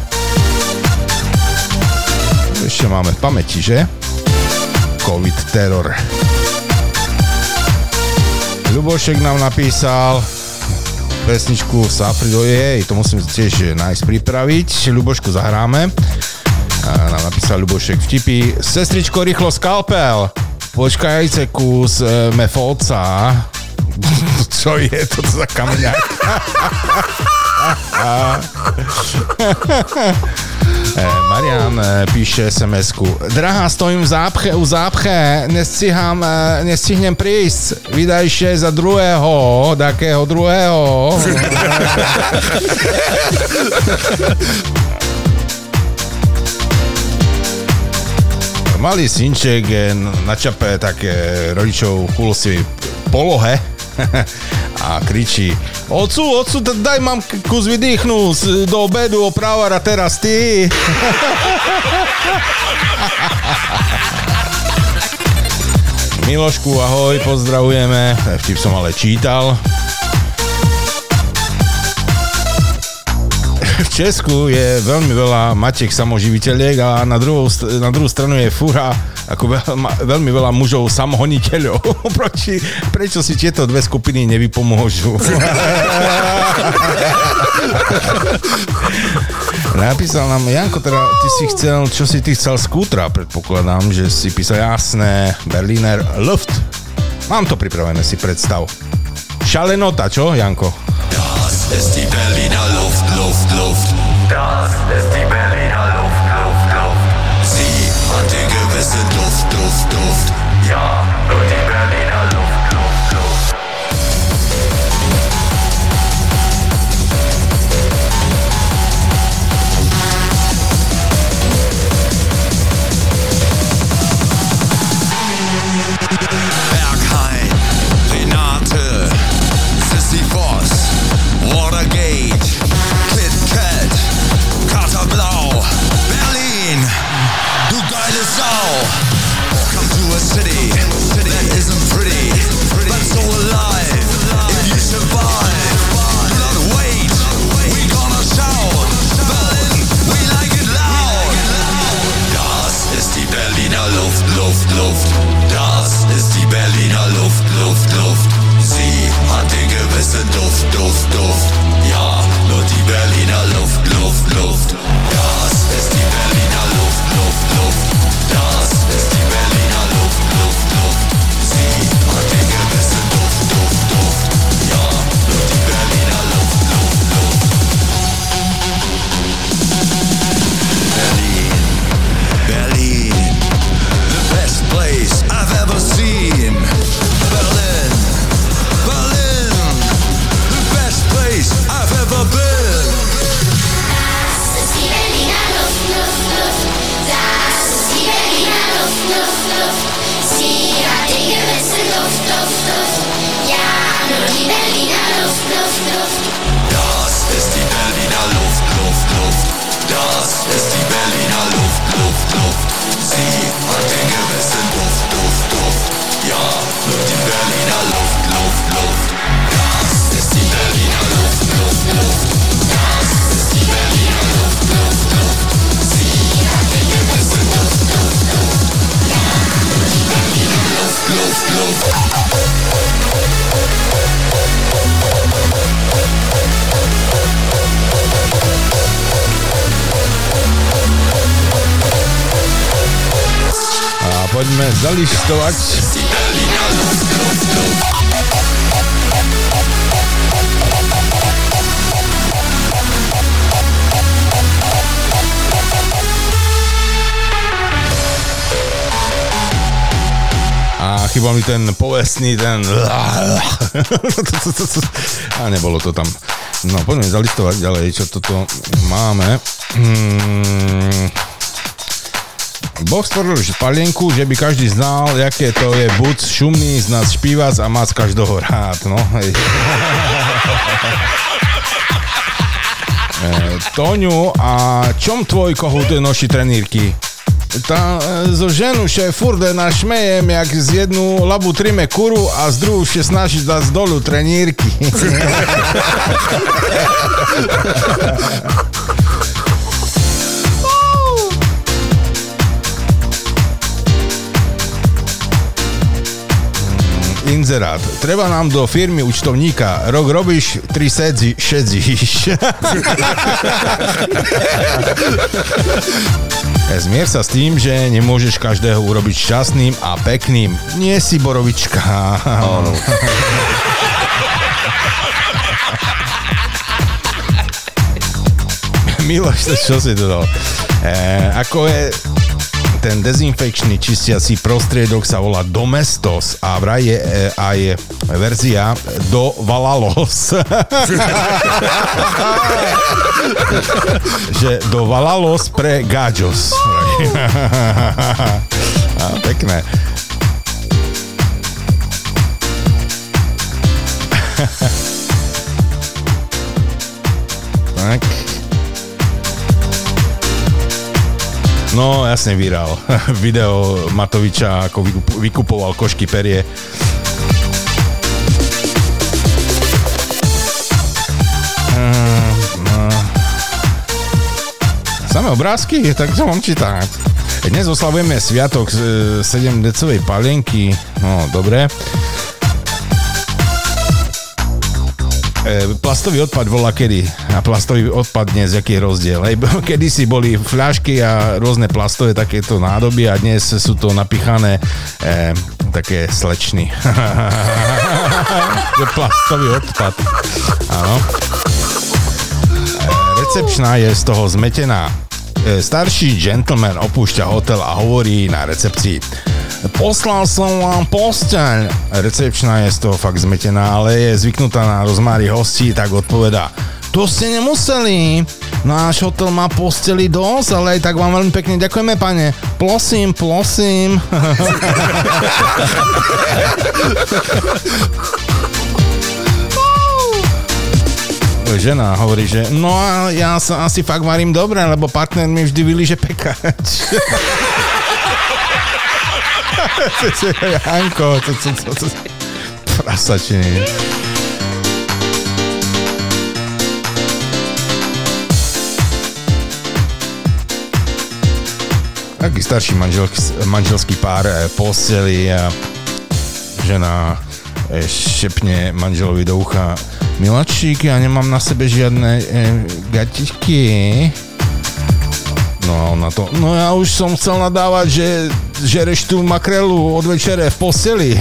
Ešte máme v pamäti, že? COVID teror. Ľubošek nám napísal pesničku Safrido, to musím tiež nájsť pripraviť. Ľubošku zahráme. A nám napísal Ľubošek vtipy. Sestričko, rýchlo skalpel. Počkajte kus mefolca. Čo je to za kameňák? Marian píše SMS-ku. Drahá, stojím u zápche, nestihnem prísť. Vydajšie za druhého, takého druhého. Malý synček na čape také rodičov chulosti polohe a kričí: Ocu, daj mám kus vydýchnuť do obedu, opravar a teraz ty. Milošku, ahoj, pozdravujeme. Vtip som ale čítal. V Česku je veľmi veľa matiek samoživiteľiek a na druhú stranu je fúra ako veľmi veľa mužov samohoniteľov. Prečo si tieto dve skupiny nevypomôžu? Napísal nám Janko, teda čo si ty chcel skútra, predpokladám, že si písal jasné, Berliner Luft. Mám to pripravené, si predstav. Šalenota, čo, Janko? Das ist die Berliner Luft, Luft, Luft. Das ist die Berliner Luft, Luft, Luft. Sie hat den gewissen Duft, Duft, Duft. Ja, nur die Berliner Luft, Luft, Luft. Berghain, Renate, Sissy Voss, Watergate, Kit Kat, Kater Blau, Berlin, du geile Sau. Come to a city that isn't pretty, but so alive. If you survive, do not wait, we gonna shout. Berlin, we like it loud. Das ist die Berliner Luft, Luft, Luft. Das ist die Berliner Luft, Luft, Luft. Sie hat den gewissen Duft, Duft, Duft. Ja, nur die Berliner Luft, Luft, Luft. Das ist die Berliner Luft, Luft, Luft. Das ist die Berliner Luft, Luft, Luft. Sie hat den gewissen Duft, Duft, Duft. Ja, nur die Berliner Luft, Luft, Luft. Berlin, Berlin, the best place I've ever seen. Berlin, Berlin, the best place I've ever been. Das ist die Berliner Luft, Luft, Luft. Das ist die Berliner Luft, Luft, Luft. Sie hat den gewissen Duft, Duft, Duft. Ja, nur die Berliner Luft, Luft, Luft. Das ist die Berliner Luft, Luft, Luft. Das ist die Berliner Luft, Luft, Luft. Sie hat den gewissen Duft, Duft, Duft. Ja, nur die Berliner Luft, Luft, Luft. Das ist die Berliner Luft, Luft, Luft. Das ist die Berliner Luft, Luft, Luft. Sie hat den gewissen Duft, Duft, Duft. Ja, nur die Berliner Luft, Luft, Luft. A poďme zalistovať. A chýbal mi ten povestný, ten... A nebolo to tam. No, poďme zalistovať ďalej, čo toto máme. Boh stvoril palienku, že by každý znal, jaké to je buď šumný, z nás špívac a má z každého rád, no. Toňu, a čom tvoj kohút noší trenírky? Zo ženu še furde našmejem, jak z jednu labu trime kuru a z druhú še snaží dať z dolu trenírky. Inzerát. Treba nám do firmy účtovníka. Rok robíš, 3 šedzíš. Zmier sa s tým, že nemôžeš každého urobiť šťastným a pekným. Nie si borovička. Áno. Miloš, čo si to dal? Ako je ten dezinfekčný čistiací prostriedok, sa volá Domestos a vraj je aj verzia do Valalos. Že do Valalos pre Gajos. Pekné. Tak. No, jasne virál. Video Matoviča, ako vykupoval košky perie. Samé obrázky? Tak to mám čítať. Dnes oslavujeme sviatok 7-decovej palienky. No, dobre. Plastový odpad volá kedy a plastový odpad dnes, aký je rozdiel. Kedy si boli fľašky a rôzne plastové takéto nádoby a dnes sú to napichané také slečny. Plastový odpad. Áno. Recepčná je z toho zmetená. Starší gentleman opúšťa hotel a hovorí na recepcii: poslal som vám posteľ. Recepčná je z toho fakt zmetená, ale je zvyknutá na rozmári hostí, tak odpovedá: to ste nemuseli. Náš hotel má posteli dosť, ale aj tak vám veľmi pekne ďakujeme, pane. Plosím. Žena hovorí, že no a ja sa asi fakt varím dobre, lebo partner mi vždy vylíže pekáč. Janko, prasačiny. Taký starší manželský pár posteli a žena šepne manželovi do ucha: Miláčik, ja nemám na sebe žiadne gatičky. No a ona to, no ja už som chcel nadávať, že žereš tú makrelu od večere v posteli.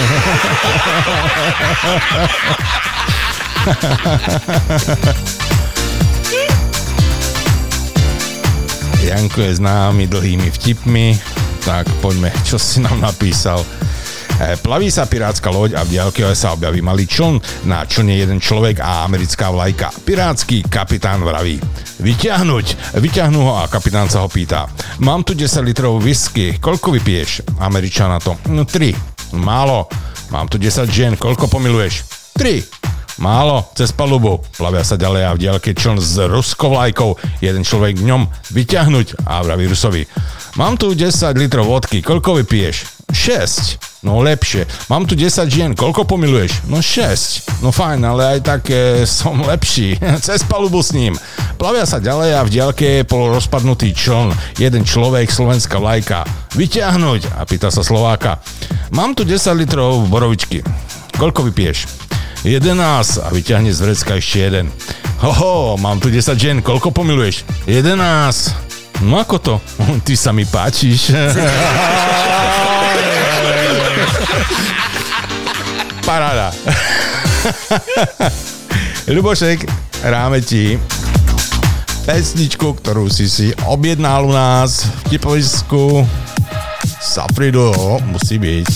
Janko je známy dlhými vtipmi, tak poďme, čo si nám napísal. Plaví sa pirátska loď a v diaľke sa objaví malý čln. Na člne jeden človek a americká vlajka. Pirátsky kapitán vraví: Vyťahnú ho a kapitán sa ho pýta: Mám tu 10 litrov whisky, koľko vypiješ? Američan na to: 3. Málo. Mám tu 10 žien, koľko pomiluješ? 3. Málo, cez palubu. Plavia sa ďalej a v diaľke čln s ruskou vlajkou. Jeden človek v ňom: vyťahnuť. A vraví Rusovi: Mám tu 10 litrov vodky, koľko vypiješ? 6. No lepšie. Mám tu 10 žien, koľko pomiluješ? No 6. No fajn, ale aj tak som lepší. Cez palubu s ním. Plavia sa ďalej a v diaľke je polorozpadnutý čln. Jeden človek, slovenská vlajka: vyťahnuť. A pýta sa Slováka: Mám tu 10 litrov borovičky, koľko vypiješ? 11. A vyťahne z vrecka ešte jeden: Hoho, mám tu 10 žien, koľko pomiluješ? 11. No ako to? Ty sa mi páčiš. Paráda. Ľubošek, hráme ti pesničku, ktorú si objednal u nás v tipovisku. Safrido musí byť.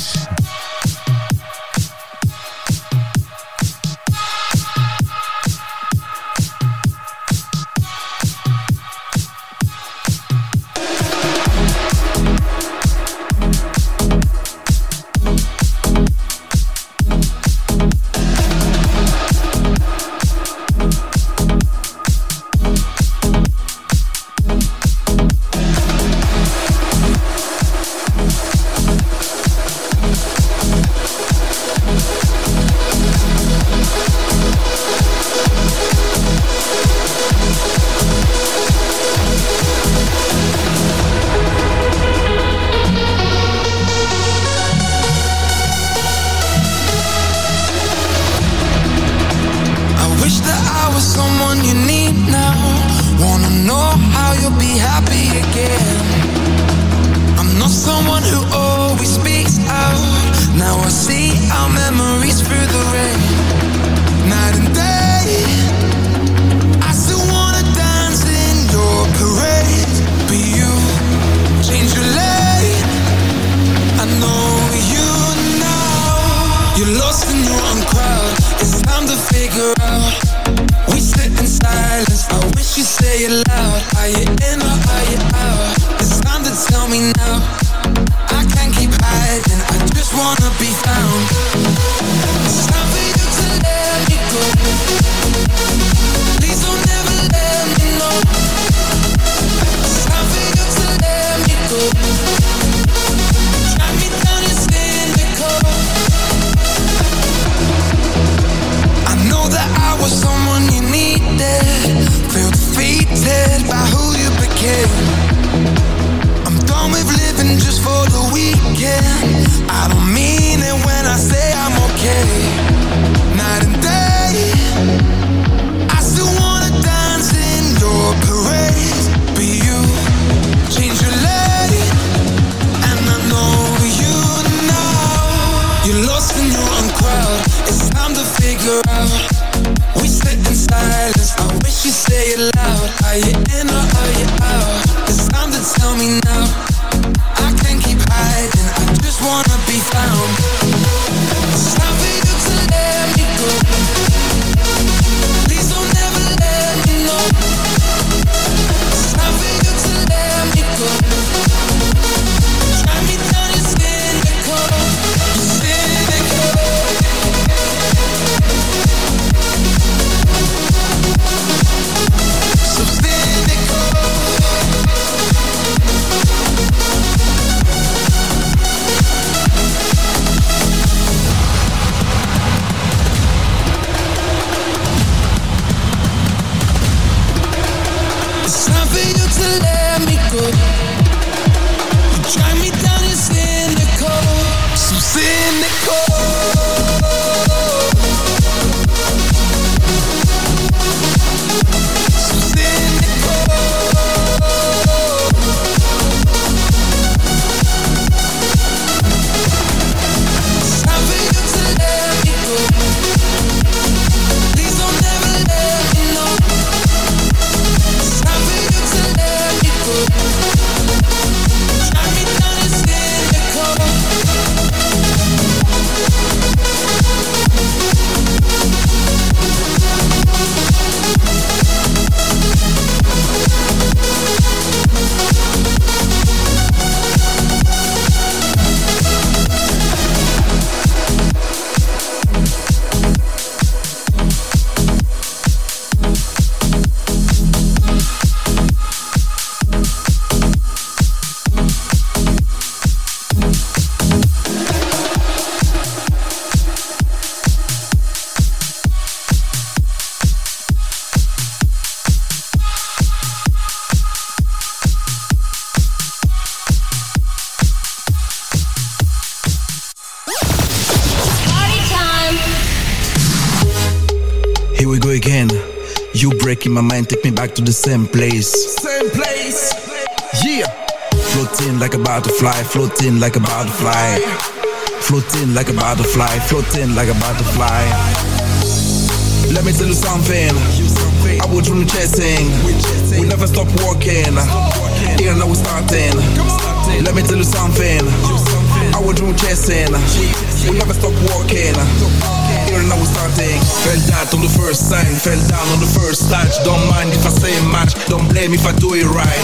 You breaking my mind, take me back to the same place. Same place. Yeah. Floating like a butterfly, floating like a butterfly. Floating like a butterfly, floating like a butterfly. Let me tell you something. I would dream chasing. We never stop walking. Here now we're starting. Let me tell you something. I would dream chasing. We never stop walking. Here now we're starting. Fell down on the first sign, fell down on the first touch. Don't mind if I say much, don't blame if I do it right.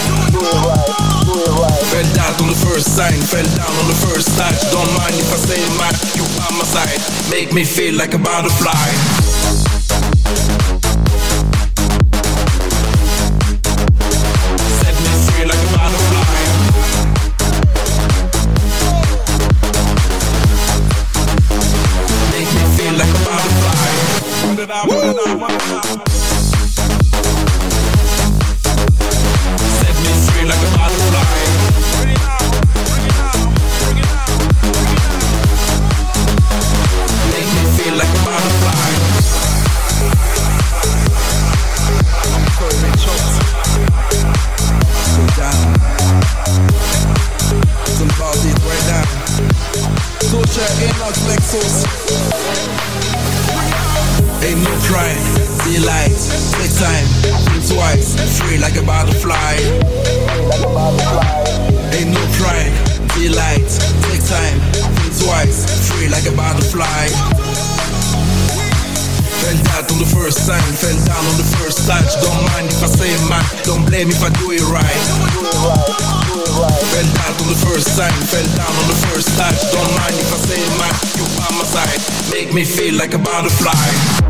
Fell down on the first sign, fell down on the first touch. Don't mind if I say much, you by my side, make me feel like a butterfly. Set me free like a butterfly. Make me feel like a butterfly. Put it out, put it out, put it out. Set me free like a butterfly. Bring it out, bring it out, bring it out, bring it out. Make me feel like a butterfly. Ain't no pride, delight, take time, think twice, free like a butterfly. Ain't no pride, delight, take time, think twice, free like a butterfly. Fell down on the first sign, fell down on the first touch. Don't mind if I say much, don't blame if I do it right. Fell down on the first sign, fell down on the first touch. Don't mind if I say much, you by my side, make me feel like a butterfly.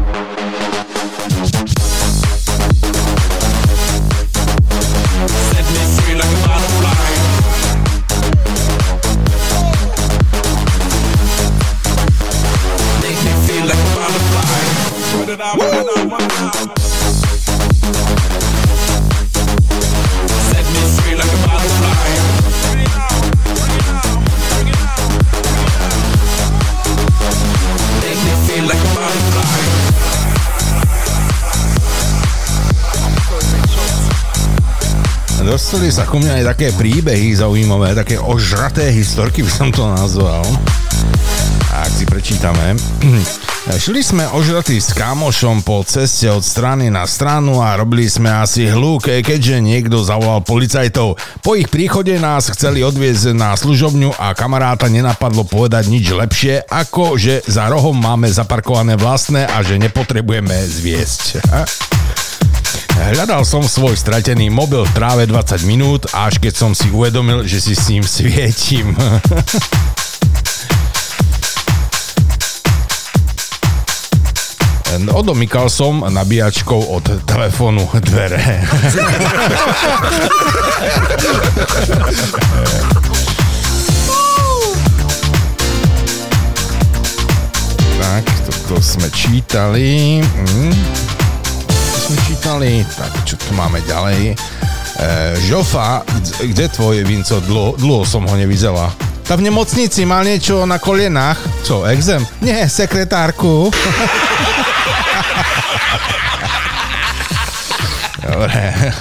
Set me free like a butterfly. Make me feel like a butterfly. Put it out, put it out, put it out. Set me free like a butterfly. Bring it out, bring it out, bring it out, bring it out. Make me feel like a butterfly. Dostali sa ku mňa aj také príbehy zaujímavé, také ožraté historky by som to nazval. A ak si prečítame. Šli sme ožratí s kamošom po ceste od strany na stranu a robili sme asi hlúke, keďže niekto zavolal policajtov. Po ich príchode nás chceli odviezť na služobňu a kamaráta nenapadlo povedať nič lepšie, ako že za rohom máme zaparkované vlastné a že nepotrebujeme zviesť. Hľadal som svoj stratený mobil práve 20 minút, až keď som si uvedomil, že si s ním svietim. Odomykal som nabíjačkou od telefónu dvere. Tak, toto sme čítali. Tak, čo tu máme ďalej? Žofa, kde tvoje Vinco? Dlho som ho nevidela. Tam v nemocnici mal niečo na kolenách. Co, exém? Nie, sekretárku. Dobre.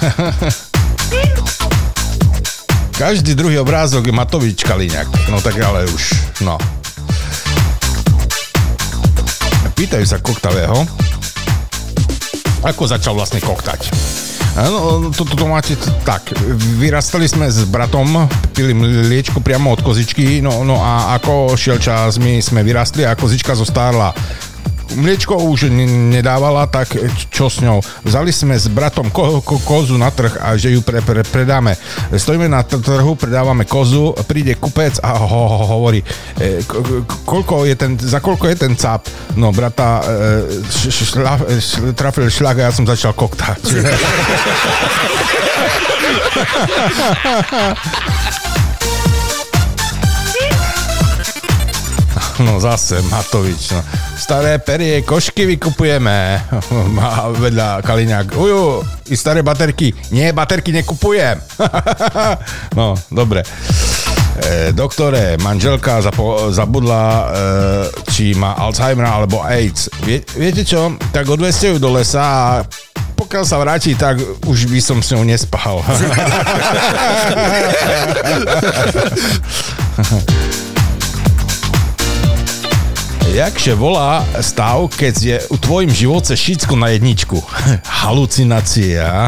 Každý druhý obrázok je Matovič Kaliňák. No tak ale už, no. Pýtajú sa Koktavého, ako začal vlastne koktať. No, toto máte tak. Vyrastali sme s bratom, pili mliečko priamo od kozičky, no a ako šiel čas, my sme vyrastli a kozička zostarla. Mliečko už nedávala, tak čo s ňou? Vzali sme s bratom kozu na trh a že ju predáme. Stojíme na trhu, predávame kozu, príde kupec a hovorí, za koľko je ten cap? No, brata, trafil šľak a ja som začal koktať. No zase, Matovič. No. Staré perie košky vykupujeme. A vedľa Kaliňák. Uju, i staré baterky. Nie, baterky nekupujem. No, dobre. Doktore, manželka zabudla, či má Alzheimera alebo AIDS. Viete čo? Tak odveste ju do lesa a pokiaľ sa vráti, tak už by som s ňou nespal. Jakže volá stav, keď je u tvojim živote všetko na jedničku? Halucinácia.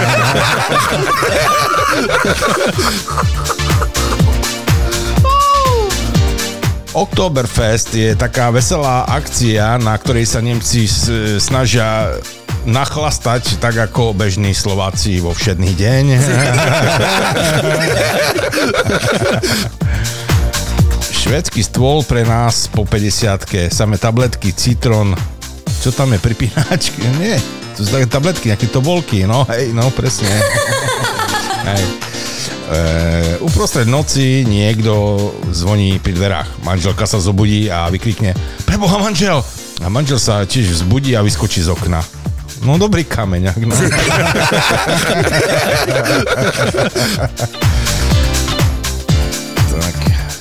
Oktoberfest je taká veselá akcia, na ktorej sa Nemci snažia nachlastať tak ako bežní Slováci vo všedný deň. Švédsky stôl pre nás po 50-ke, samé tabletky, citrón, čo tam je, pripínačky? Nie, to sú také tabletky, nejaké tobolky, no hej, no presne. Hej. Uprostred noci niekto zvoní pri dverách. Manželka sa zobudí a vykrikne: Preboha, manžel! A manžel sa tiež vzbudí a vyskočí z okna. No dobrý kameňak, no. Tak.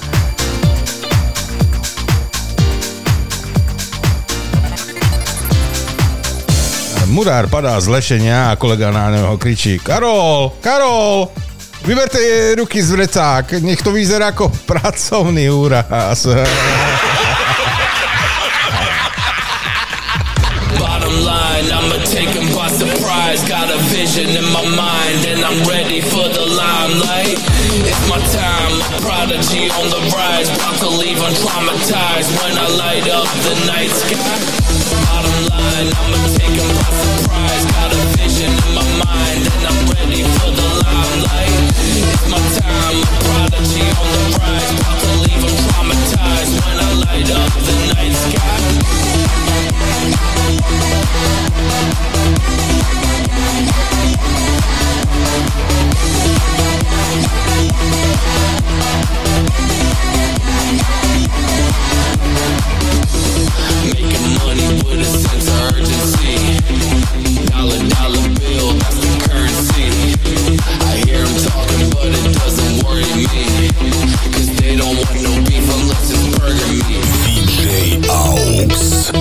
Murár padá z lešenia a kolega na neho kričí: Karol! Karol! Vyberte ruky z vrecák, nech to vyzerá ako pracovný úraz. Bottom line, I'ma take him by surprise. Got a vision in my mind and I'm ready for the limelight. It's my time, a prodigy on the rise. About to leave untraumatized when I light up the night sky. Bottom line, I'ma take him by surprise. Got a vision in my mind and I'm ready for the limelight. It's my time, a prodigy on the rise. About to leave untraumatized when I light up the night sky. Making money with a sense of urgency. Dollar, dollar bill, that's the currency. I hear them talking, but it doesn't worry me. Cause they don't want no beef unless it's burger meat. DJ Aux.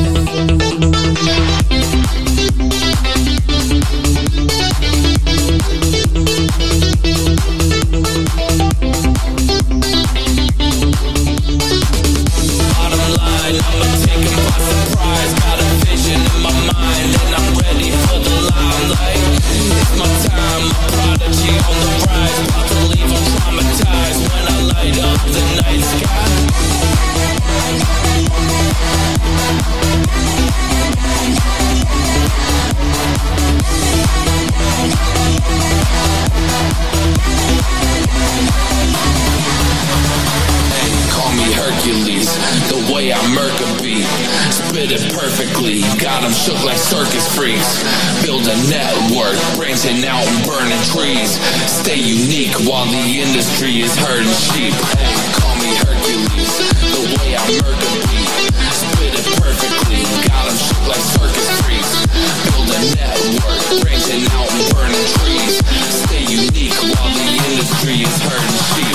Shook like circus freaks. Build a network, branching out and burning trees. Stay unique while the industry is herding sheep. Hey, call me Hercules, the way I murder beat. Spit it perfectly, got them shook like circus freaks. Build a network, branching out and burning trees. Stay unique while the industry is herding sheep.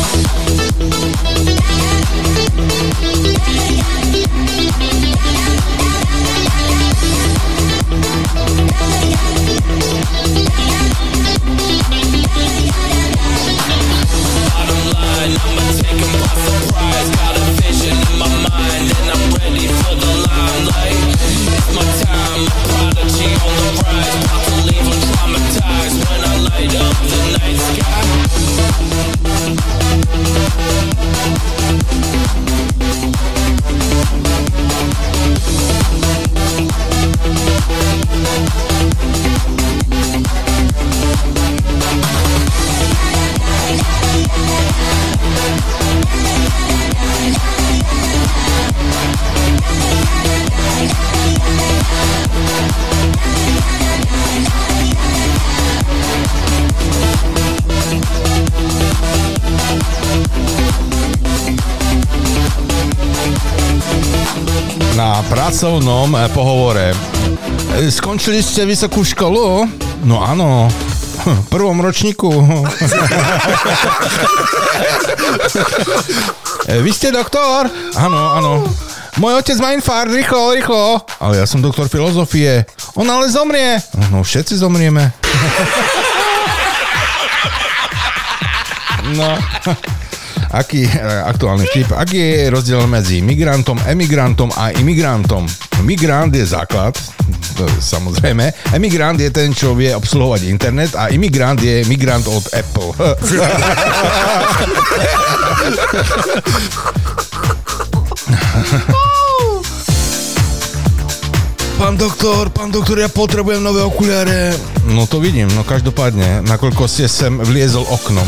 I'ma take him by surprise. Got a vision in my mind and I'm ready for the limelight. It's my time, a prodigy on the rise. About to leave him traumatized when I light up the night sky. Na pracovnom pohovore. Skončili ste vysokú školu? No áno, v prvom ročníku. Vy ste doktor? Áno, áno. Môj otec má infarkt, rýchlo. Ale ja som doktor filozofie. On ale zomrie. No všetci zomrieme. No, aký aktuálny vtip, aký je rozdiel medzi migrantom, emigrantom a imigrantom? Migrant je základ, to je samozrejme. Emigrant je ten, čo vie obsluhovať internet a imigrant je migrant od Apple. Pán doktor, ja potrebujem nové okuliare. No to vidím, no každopádne, nakoľko ste sem vliezol oknom.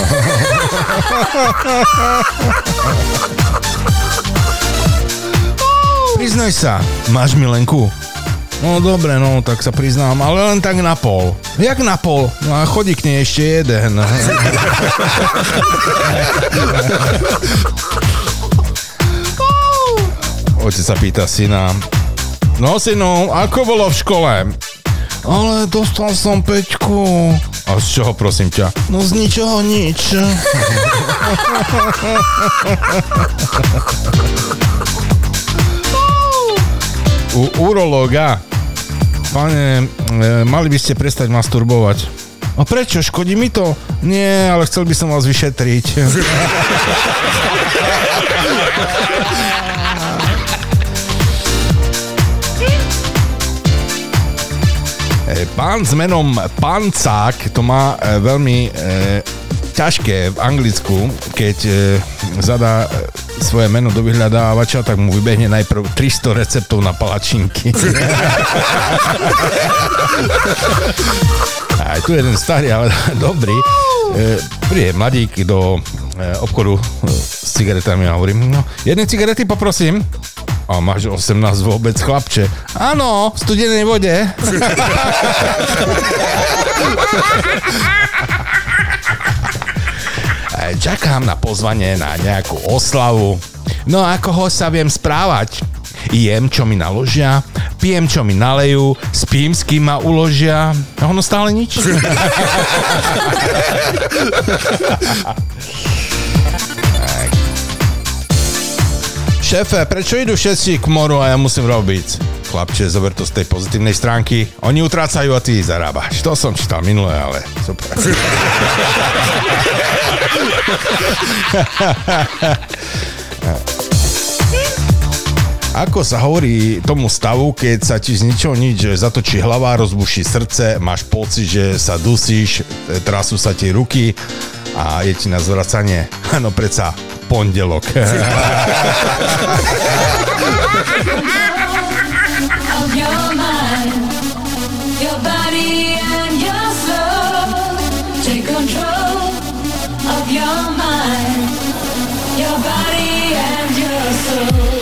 Priznaj sa, máš milenku? No dobre, no tak sa priznám, ale len tak na pol. Jak na pol? No a chodí k nej ešte jeden. Otec sa pýta syna: no synu, ako bolo v škole? Ale dostal som 5. A z čoho, prosím ťa? No z ničoho nič. U urológa: pane, mali by ste prestať masturbovať. A prečo? Škodí mi to? Nie, ale chcel by som vás vyšetriť. Pán s menom Pancák to má veľmi ťažké v Anglicku, keď zadá svoje meno do vyhľadávača, tak mu vybehne najprv 300 receptov na palačinky. Aj tu jeden starý, ale dobrý. Príde mladík do obchodu s cigaretami a hovorím: no, jedné cigarety poprosím. A máš 18 vôbec, chlapče? Áno, v studenej vode. Čakám na pozvanie na nejakú oslavu. No ako ho sa viem správať? Jem, čo mi naložia, pijem, čo mi nalejú, spím, s kým ma uložia. A ono stále nič. Šéfe, prečo idú všetci k moru a ja musím robiť? Chlapče, zober to z tej pozitívnej stránky. Oni utrácajú a ty zarábaš. To som čítal minule, ale super. Ako sa hovorí tomu stavu, keď sa ti z ničoho nič zatočí hlava, rozbuší srdce, máš pocit, že sa dusíš, trasú sa ti ruky a je ti na zvracanie? No predsa pondelok. Of your mind, your body and your soul. Take control of your mind, your body and your soul.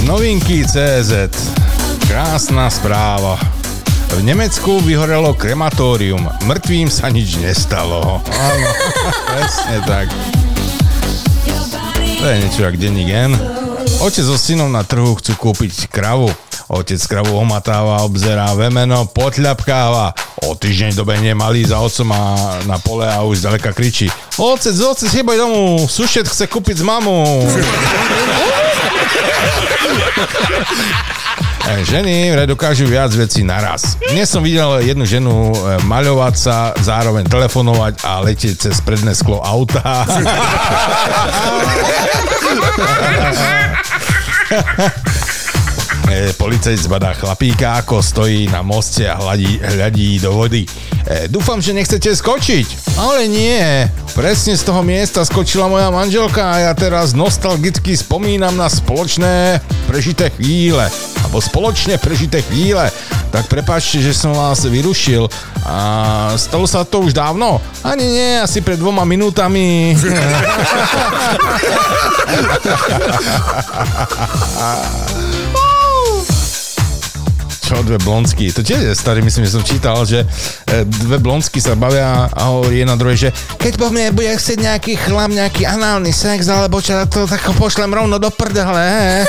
Novinky CZ. Krásna správa. V Nemecku vyhorelo krematórium. Mŕtvým sa nič nestalo. Áno, presne tak. To je niečo jak denník N. Otec so synom na trhu chcú kúpiť kravu. Otec kravu omatáva, obzerá vemeno, potľapkáva. O týždeň dobehne malý za otcom a na pole a už zďaleka kričí: Otec, heboj domu, sused chce kúpiť z mamu. Ženy vraj dokážu viac vecí naraz. Dnes som videl jednu ženu maľovať sa, zároveň telefonovať a letieť cez predné sklo auta. Policajt zbadá chlapíka, ako stojí na moste a hľadí do vody. Dúfam, že nechcete skočiť. Ale nie. Presne z toho miesta skočila moja manželka a ja teraz nostalgicky spomínam na spoločné prežité chvíle. Alebo spoločne prežité chvíle. Tak prepáčte, že som vás vyrušil. A stalo sa to už dávno? Ani nie, asi pred 2 minútami. Čo, 2 blondsky? To tiež je starý, myslím, že som čítal, že 2 blondsky sa bavia a hovorí jedna druhej, že keď po mne bude chcieť nejaký chlap, nejaký análny sex, alebo čo, to tak ho pošlem rovno do prdele.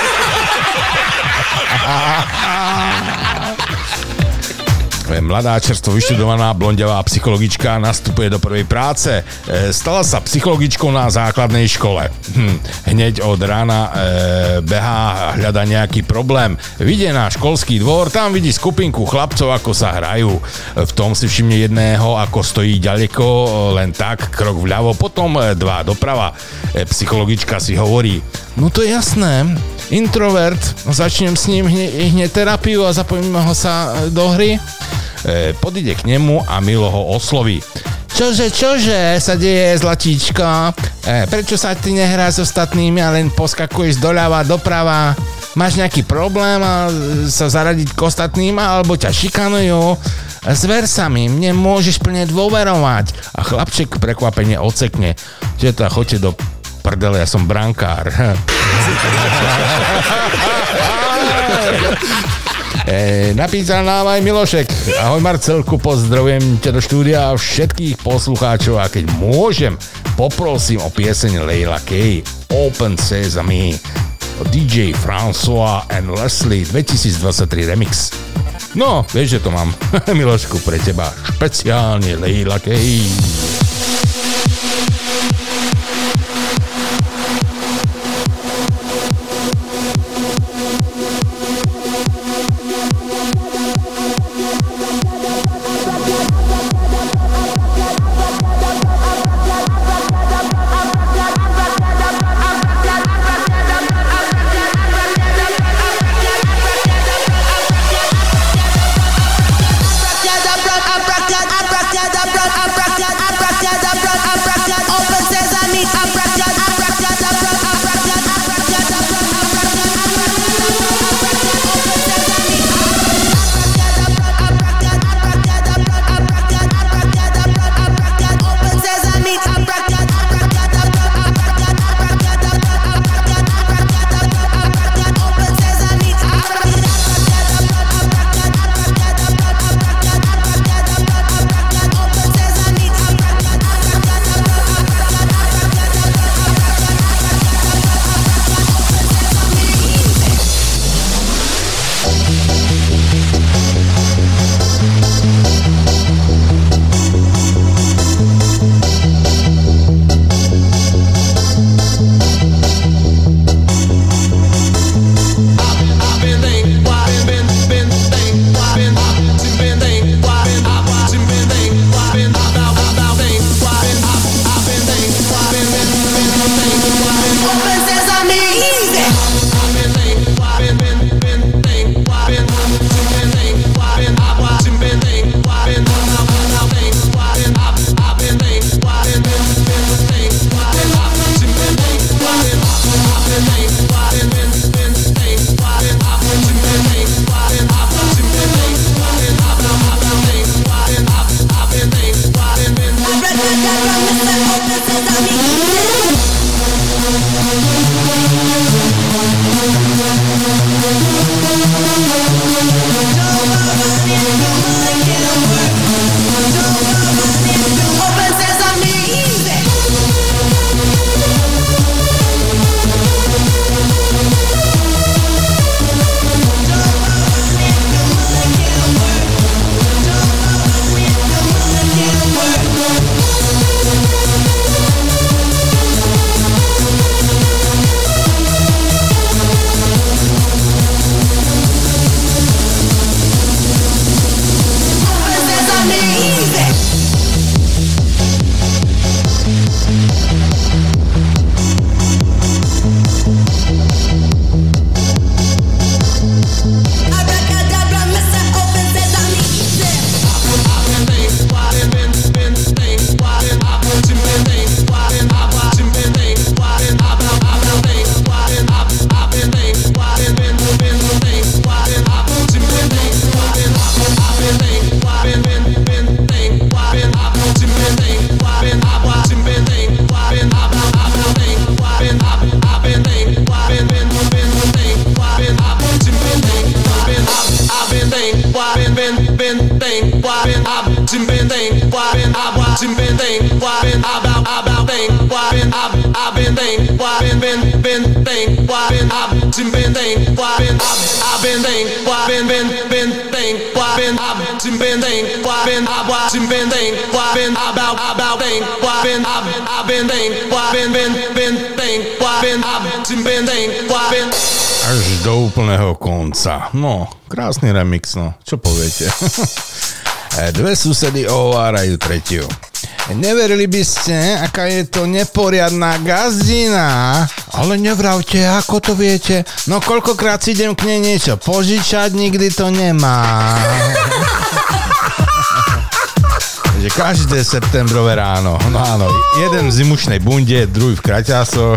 Mladá, čerstvo vyštudovaná blondiavá psychologička nastupuje do prvej práce. Stala sa psychologičkou na základnej škole. Hneď od rána behá, hľada nejaký problém. Vidie na školský dvor, tam vidí skupinku chlapcov, ako sa hrajú. V tom si všimne jedného, ako stojí ďaleko, len tak, krok vľavo, potom 2 doprava. Psychologička si hovorí: no to je jasné, introvert, začnem s ním hneď terapiu a zapojíme ho sa do hry. Podíde k nemu a milo ho osloví: Čože sa deje, zlatíčko? Prečo sa ty nehráš s ostatnými a len poskakuješ doľava, doprava? Máš nejaký problém sa zaradiť k ostatným, alebo ťa šikanujú? Zver sa mi, mne môžeš plne dôverovať. A chlapček prekvapene odsekne: Čiže choďte do prdele, ja som brankár. Napísal nám aj Milošek: Ahoj Marcelku, pozdravujem ťa do štúdia a všetkých poslucháčov, a keď môžem, poprosím o pieseň Leila K. Open Sesame, DJ François and Leslie 2023 remix. No, vieš, že to mám. Milošku, pre teba špeciálne Leila K. Abracadabra, Až do úplného konca. No, krásny remix, no. Čo poviete? Dve susedy ohovárajú tretiu. Neverili by ste, aká je to neporiadná gazdina. Ale nevravte, ako to viete. No koľkokrát si idem k nej niečo požičať, nikdy to nemá. Takže každé septembrové ráno. No áno, jeden v zimušnej bunde, druhý v kraťasoch.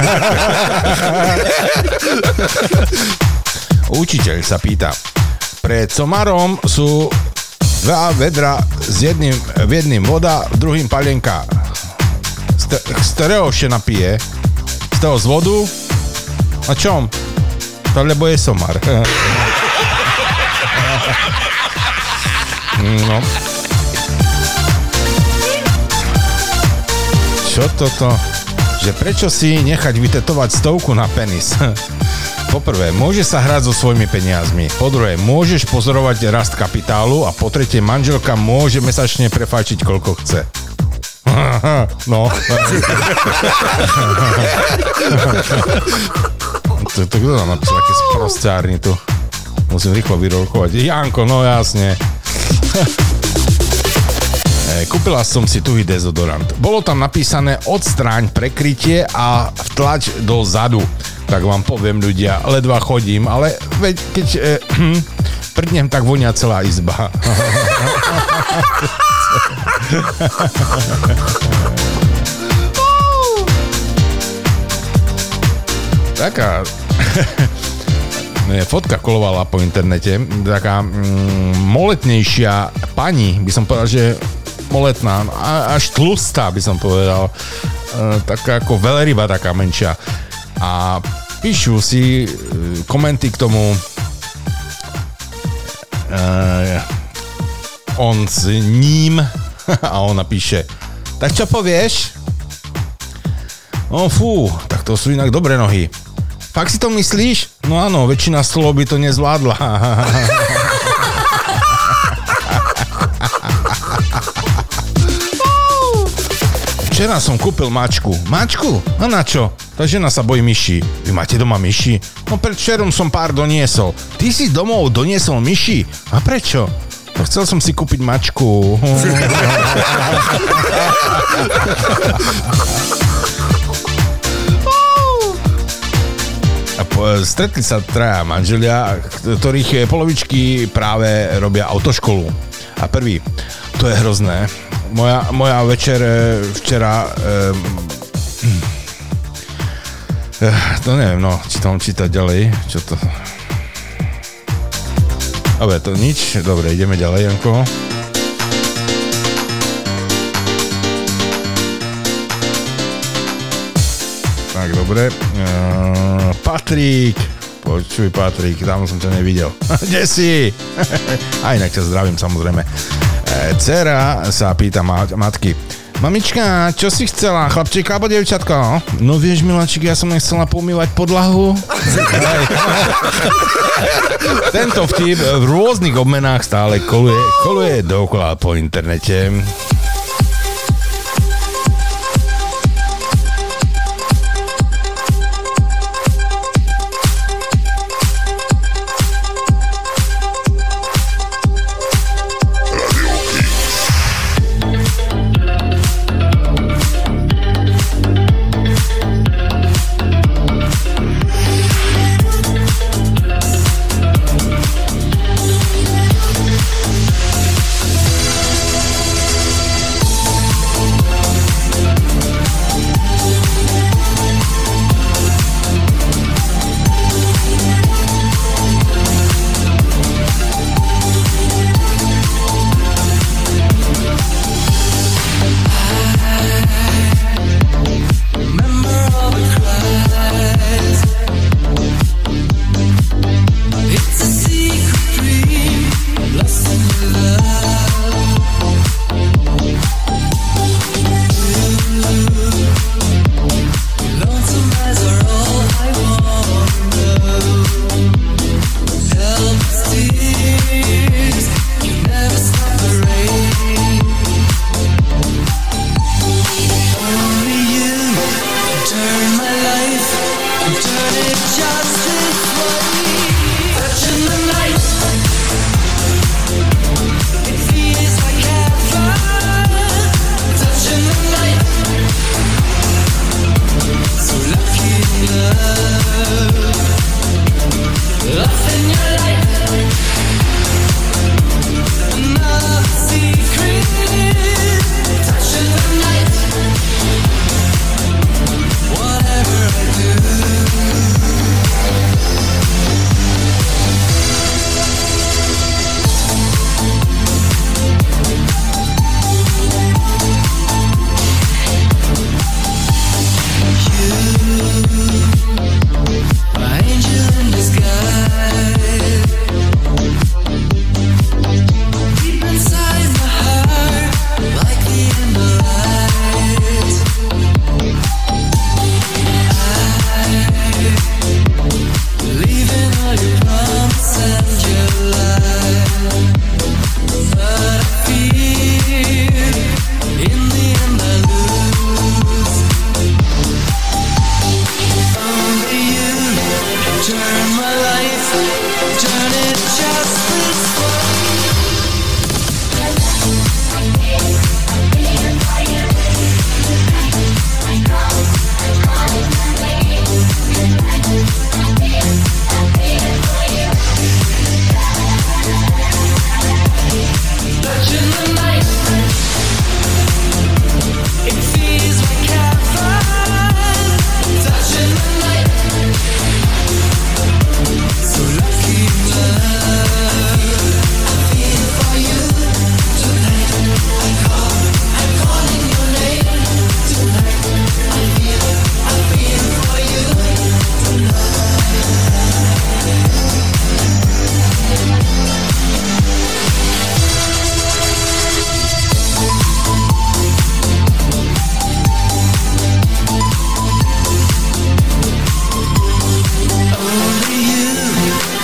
Učiteľ sa pýta. Pred somarom sú dva vedra v jedným voda, v druhým palienka. Z ktorého ešte napije? Z toho z vodu? A čom? To lebo je somar. No. Čo toto? Že prečo si nechať vytetovať stovku na penis? Po prvé, môžeš sa hrať so svojimi peniazmi. Po druhé, môžeš pozorovať rast kapitálu a po tretie, manželka môže mesačne prefajčiť koľko chce. No. To kto tam napísal? Také sprosťárny tu. Musím rýchlo vyrolkovať. Janko, no jasne. Kúpila som si tuhý dezodorant. Bolo tam napísané odstráň prekrytie a vtlač do zadu. Tak vám poviem, ľudia, ledva chodím, ale veď keď prdnem, tak vonia celá izba. Taká fotka kolovala po internete, taká moletnejšia pani, by som povedal, že moletná, až tlustá by som povedal, taká ako veľryba, taká menšia. A píšu si komenty k tomu on s ním a on napíše tak čo povieš? No fú, tak to sú inak dobré nohy. Fakt si to myslíš? No áno, väčšina slov by to nezvládla. Včera som kúpil mačku. Mačku? A na čo? Tá žena sa bojí myší. Vy máte doma myši? No predvčerom som pár doniesol. Ty si domov doniesol myši? A prečo? No chcel som si kúpiť mačku. Stretli sa traja manželia, ktorých polovičky práve robia autoškolu. A prvý, to je hrozné. Moja večer včera to neviem, no, či to mám čítať ďalej, čo to... Dobre, to nič, dobre, ideme ďalej, Janko. Tak, dobre. Patrik, počuj Patrik, dávno som ťa nevidel. Kde si? A inak ťa zdravím, samozrejme. Dcera sa pýta matky. Mamička, čo si chcela? Chlapčík alebo dievčatko? No vieš, miláčik, ja som nechcela pomývať podlahu. Tento vtip v rôznych obmenách stále koluje dookola po internete.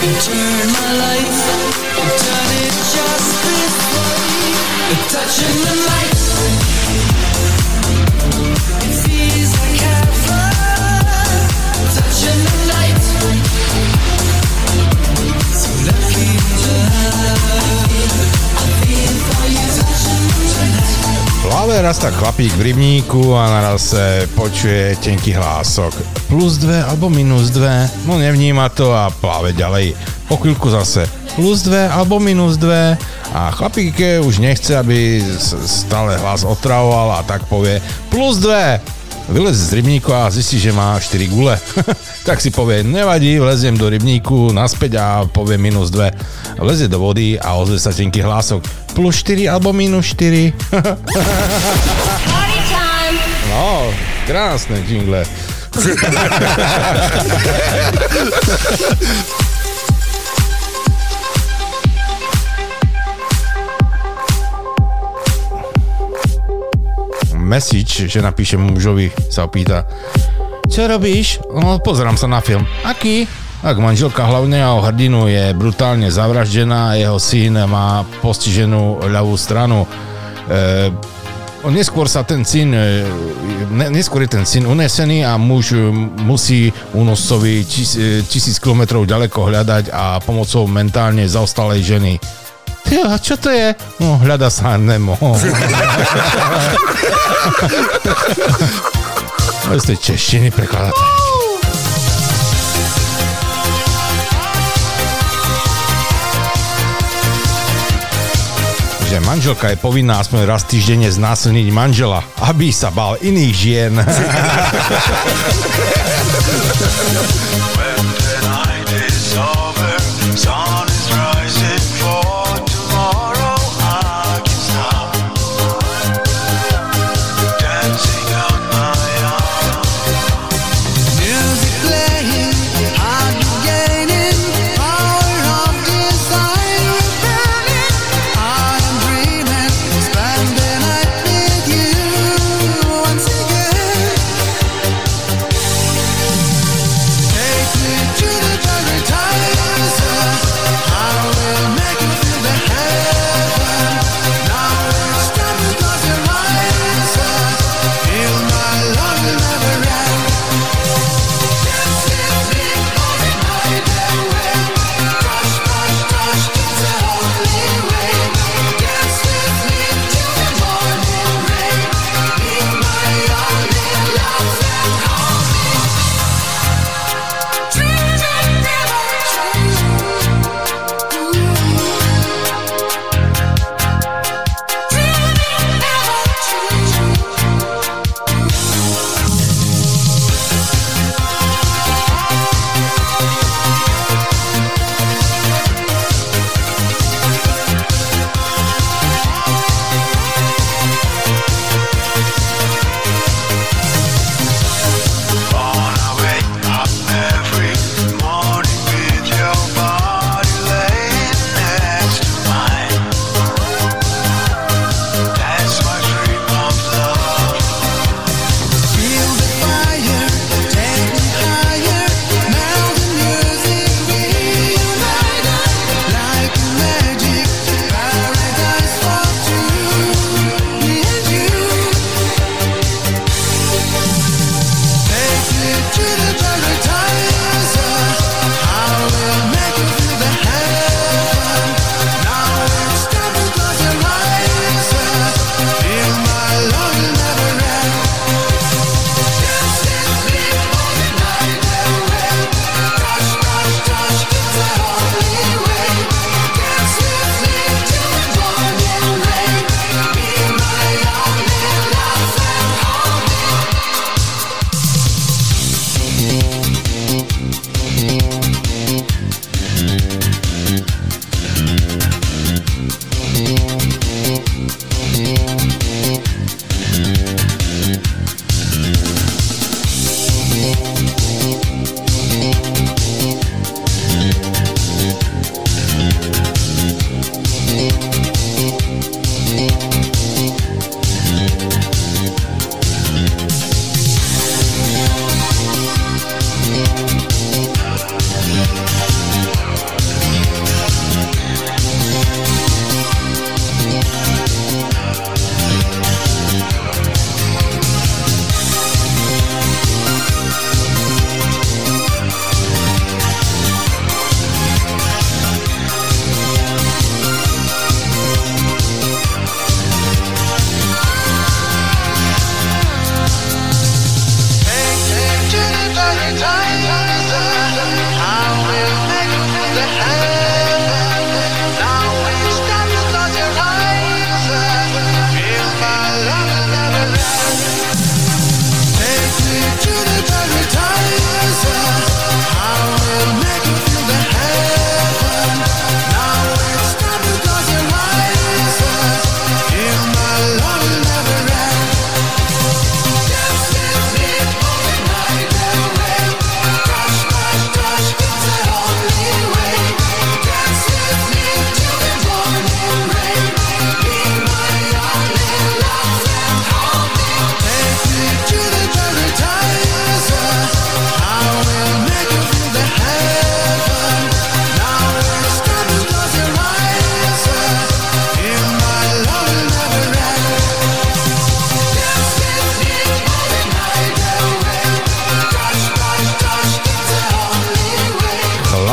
Turn my life, turn it just this way. Touching the light, it feels like heaven. Touching the light, so lucky I feel for you. Touching the light. Práve raz tak chlapík v rybníku a naraz počuje tenký hlások. +2 alebo -2, no nevníma to a pláve ďalej. Po chvíľku zase +2 alebo -2 a chlapík už nechce, aby stále hlas otravoval a tak povie +2. Vyleze z rybníku a zistí, že má 4 gule. Tak si povie, nevadí, vleziem do rybníku naspäť a povie -2. Vlezie do vody a ozve sa tenký hlások +4 alebo -4. No, krásne jingle. Message, že napíše mužovi, sa opýta, čo robíš? No, pozerám sa na film. Aký? Tak manželka hlavného hrdinu je brutálne zavraždená a jeho syn má postiženú ľavú stranu. Neskôr je ten syn unesený a muž musí únoscovi 1000 kilometrov ďaleko hľadať a pomocou mentálne zaostalej ženy. A čo to je? No, hľada sa Nemo. Z tej češtiny prekladáte. Že manželka je povinná aspoň raz týždenne znásilniť manžela, aby sa bál iných žien.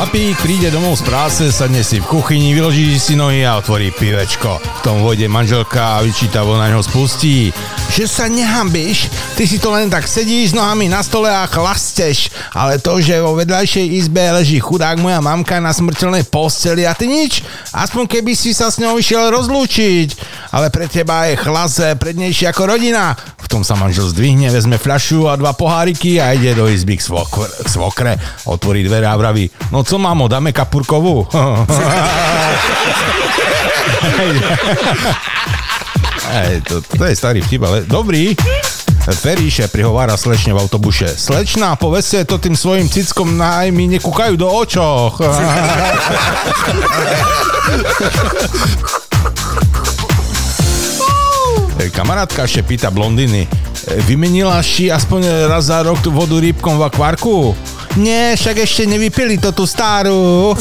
Chlapík príde domov z práce, sadne si v kuchyni, vyloží si nohy a otvorí pivečko. V tom vojde manželka a vyčítavo na ňo spustí. Že sa nehambíš? Ty si to len tak sedíš s nohami na stole a chlasteš. Ale to, že vo vedľajšej izbe leží chudák moja mamka na smrteľnej posteli a ty nič? Aspoň keby si sa s ňou išiel rozlúčiť. Ale pre teba je chlas prednejší ako rodina. V tom sa manžel zdvihne, vezme fľašu a 2 poháriky a ide do izby k svokre. Otvorí dvere a vraví: no co, mamo, dáme kapurkovú? To je starý vtip, ale dobrý. Feríše prihovára slečne v autobuse: slečná, povedzte to tým svojim cickom, naj mi nekúkajú do očoch. Kamarátka ešte pýta blondiny: vymenila si aspoň raz za rok tú vodu rýbkom v akvárku? Nie, však ešte nevypili to tú starú.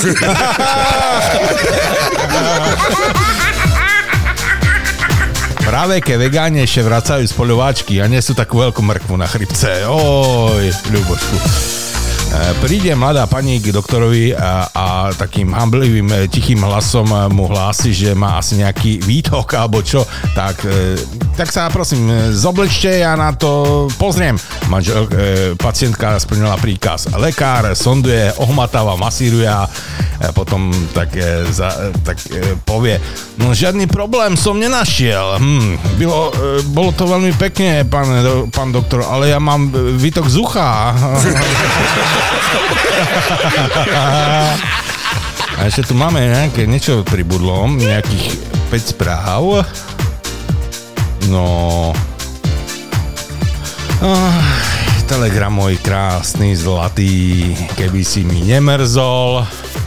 Práve keď vegáni ešte vracajú z poľováčky a nie sú takú veľkú mrkvu na chrbce. Oj, ľubošku. Príde mladá pani k doktorovi a takým hamblivým, tichým hlasom mu hlási, že má asi nejaký výtok alebo čo. Tak sa prosím zoblečte, ja na to pozriem. Pacientka splnila príkaz. Lekár sonduje, ohmatáva, masíruje a potom tak povie: no žiadny problém som nenašiel. Bolo to veľmi pekne, pán doktor, ale ja mám výtok z ucha. A ešte tu máme nejaké niečo pribudlo, nejakých 5 správ. No, Telegram môj krásny, zlatý, keby si mi nemrzol.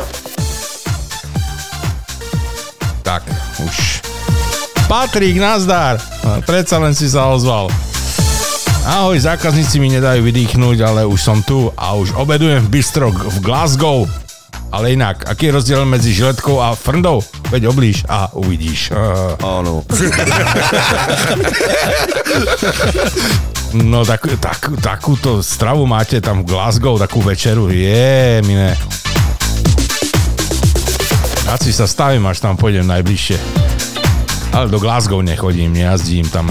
Tak, už. Patrik, nazdar. Predsa len si sa ozval. Ahoj, zákazníci mi nedajú vydýchnuť, ale už som tu a už obedujem v bistro v Glasgow. Ale inak, aký je rozdiel medzi žiletkou a frndou? Veď oblíž a uvidíš. Áno. No takúto stravu máte tam v Glasgow, takú večeru. Mine. Rád si sa stavím, až tam pôjdem najbližšie. Ale do Glasgow nechodím, nejazdím tam.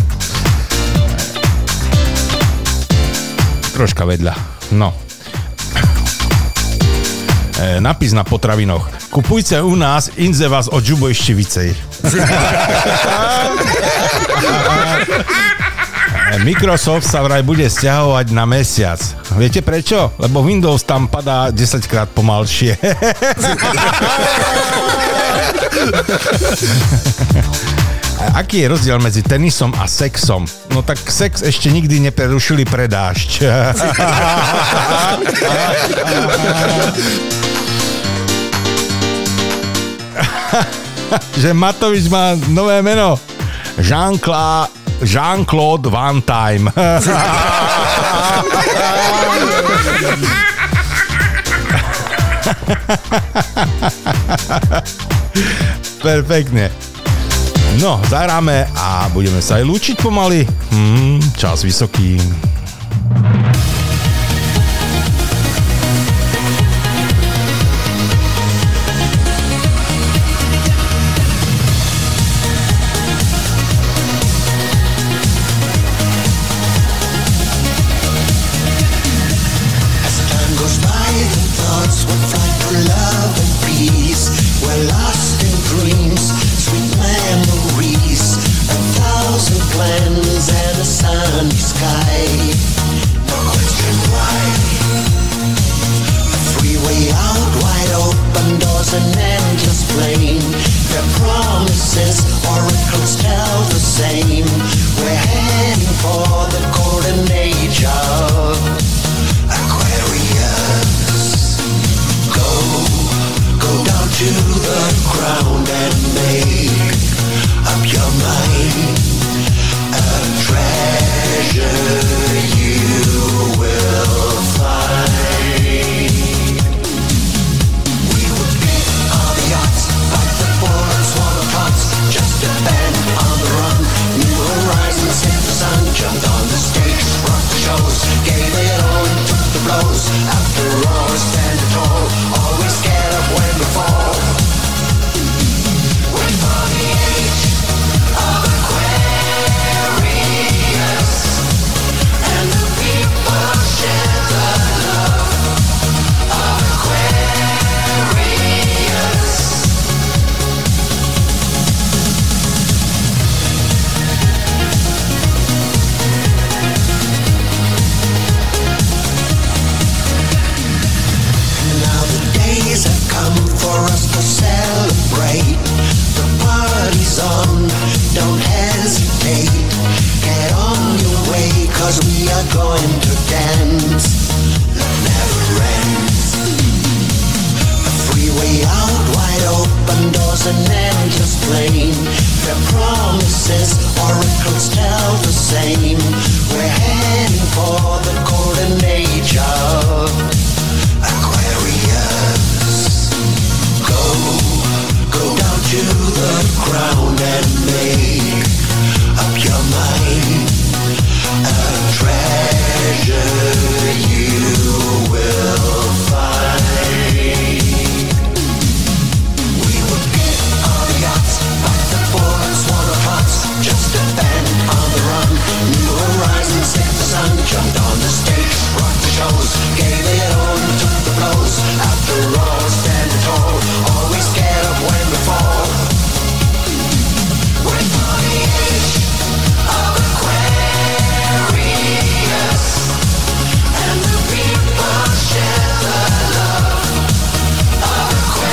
Troška vedľa. No. Napis na potravinoch: kupujte u nás, inze vás odžubo ešte vicej. Microsoft sa vraj bude sťahovať na mesiac. Viete prečo? Lebo Windows tam padá 10-krát pomalšie. Aký je rozdiel medzi tenisom a sexom? No tak sex ešte nikdy neprerušili pre dážď. Že Matovič má nové meno. Jean-Claude Van Time. Perfektne. No, zahráme a budeme sa aj lúčiť pomaly. Čas vysoký. After all, stand tall, always scared. flame. Their promises, oracles tell the same. We're heading for the golden age of Aquarius. Go down to the ground and make up your mind. A treasure you will find. We would get on the yachts, fight the forts, swallow hearts, just a band on the run. New horizons, hit the sun, jumped on the stage, rocked the shows, gave it all, took the blows. After all, standing tall, always get up when we fall. We're on the edge of Aquarius, and the people share the love of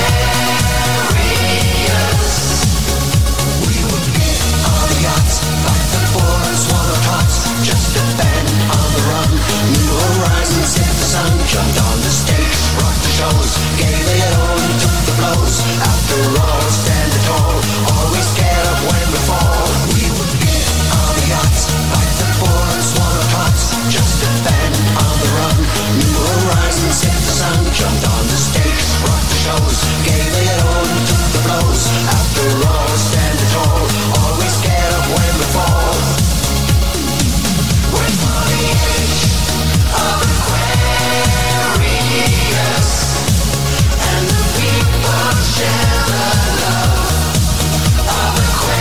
Aquarius. We would get on the yachts, fight the forts, swallow hearts, just a band on the run. New horizons, hit the sun, jumped on the stage, rocked the shows, gave it all, took the blows. After all, standing tall, always get up when we fall. We would get on the yachts, fight the forts, swallow hearts, just a band on the run. New horizons, hit the sun, jumped on the stage, rocked the shows, gave it all, took the blows. After all, standing tall, always get up when we fall. We're on the edge of Aquarius, and the people share the love of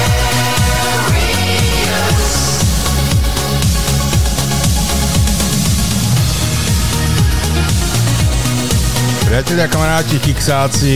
Aquarius. Priatelia, kamaráti, kiksáci,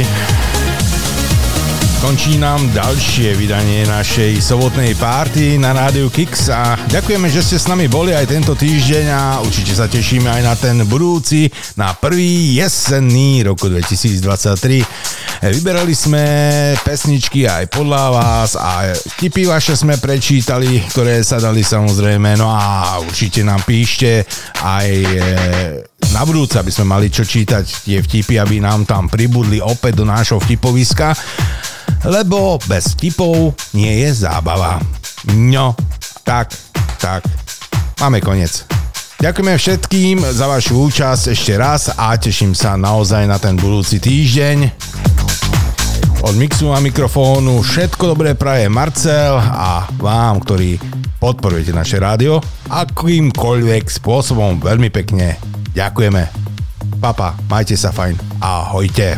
končí nám ďalšie vydanie našej sobotnej party na rádiu Kix a ďakujeme, že ste s nami boli aj tento týždeň a určite sa tešíme aj na ten budúci, na prvý jesenný roku 2023. Vyberali sme pesničky aj podľa vás a tipy vaše sme prečítali, ktoré sa dali samozrejme, no a určite nám píšte aj na budúce, aby sme mali čo čítať tie vtipy, aby nám tam pribudli opäť do nášho vtipoviska, lebo bez vtipov nie je zábava. No, tak, máme koniec. Ďakujeme všetkým za vašu účasť ešte raz a teším sa naozaj na ten budúci týždeň. Od mixu a mikrofónu všetko dobré praje Marcel a vám, ktorí podporujete naše rádio, akýmkoľvek spôsobom veľmi pekne ďakujeme. Papa, majte sa fajn. Ahojte.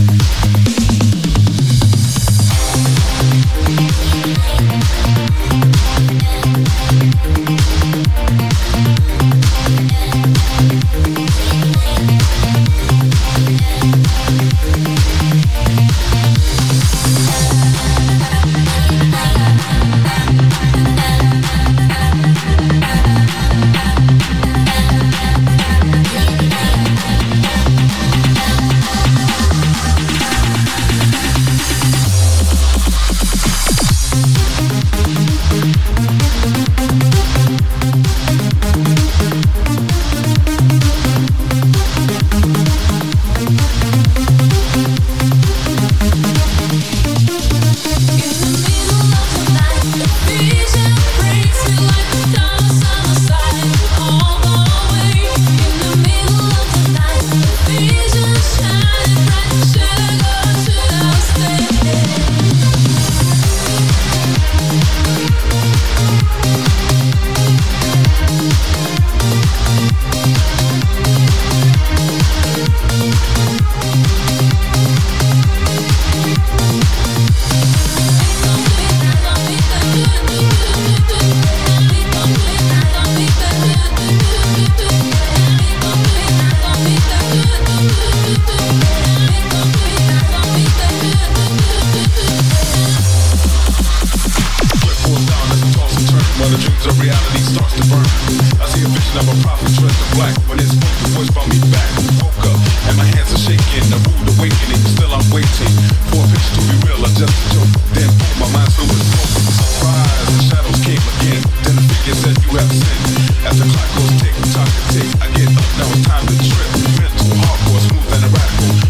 I'm a prophet dressed in black. When it's spoke, the voice brought me back. Woke up and my hands are shaking. A rude awakening, still I'm waiting for a picture to be real or just a joke. Then boom, my mind's filled with smoke. Surprise, the shadows came again. Then the figure said you have sinned. As the clock goes tick, talk to tick, I get up, now it's time to trip. Mental, hardcore, smooth and radical.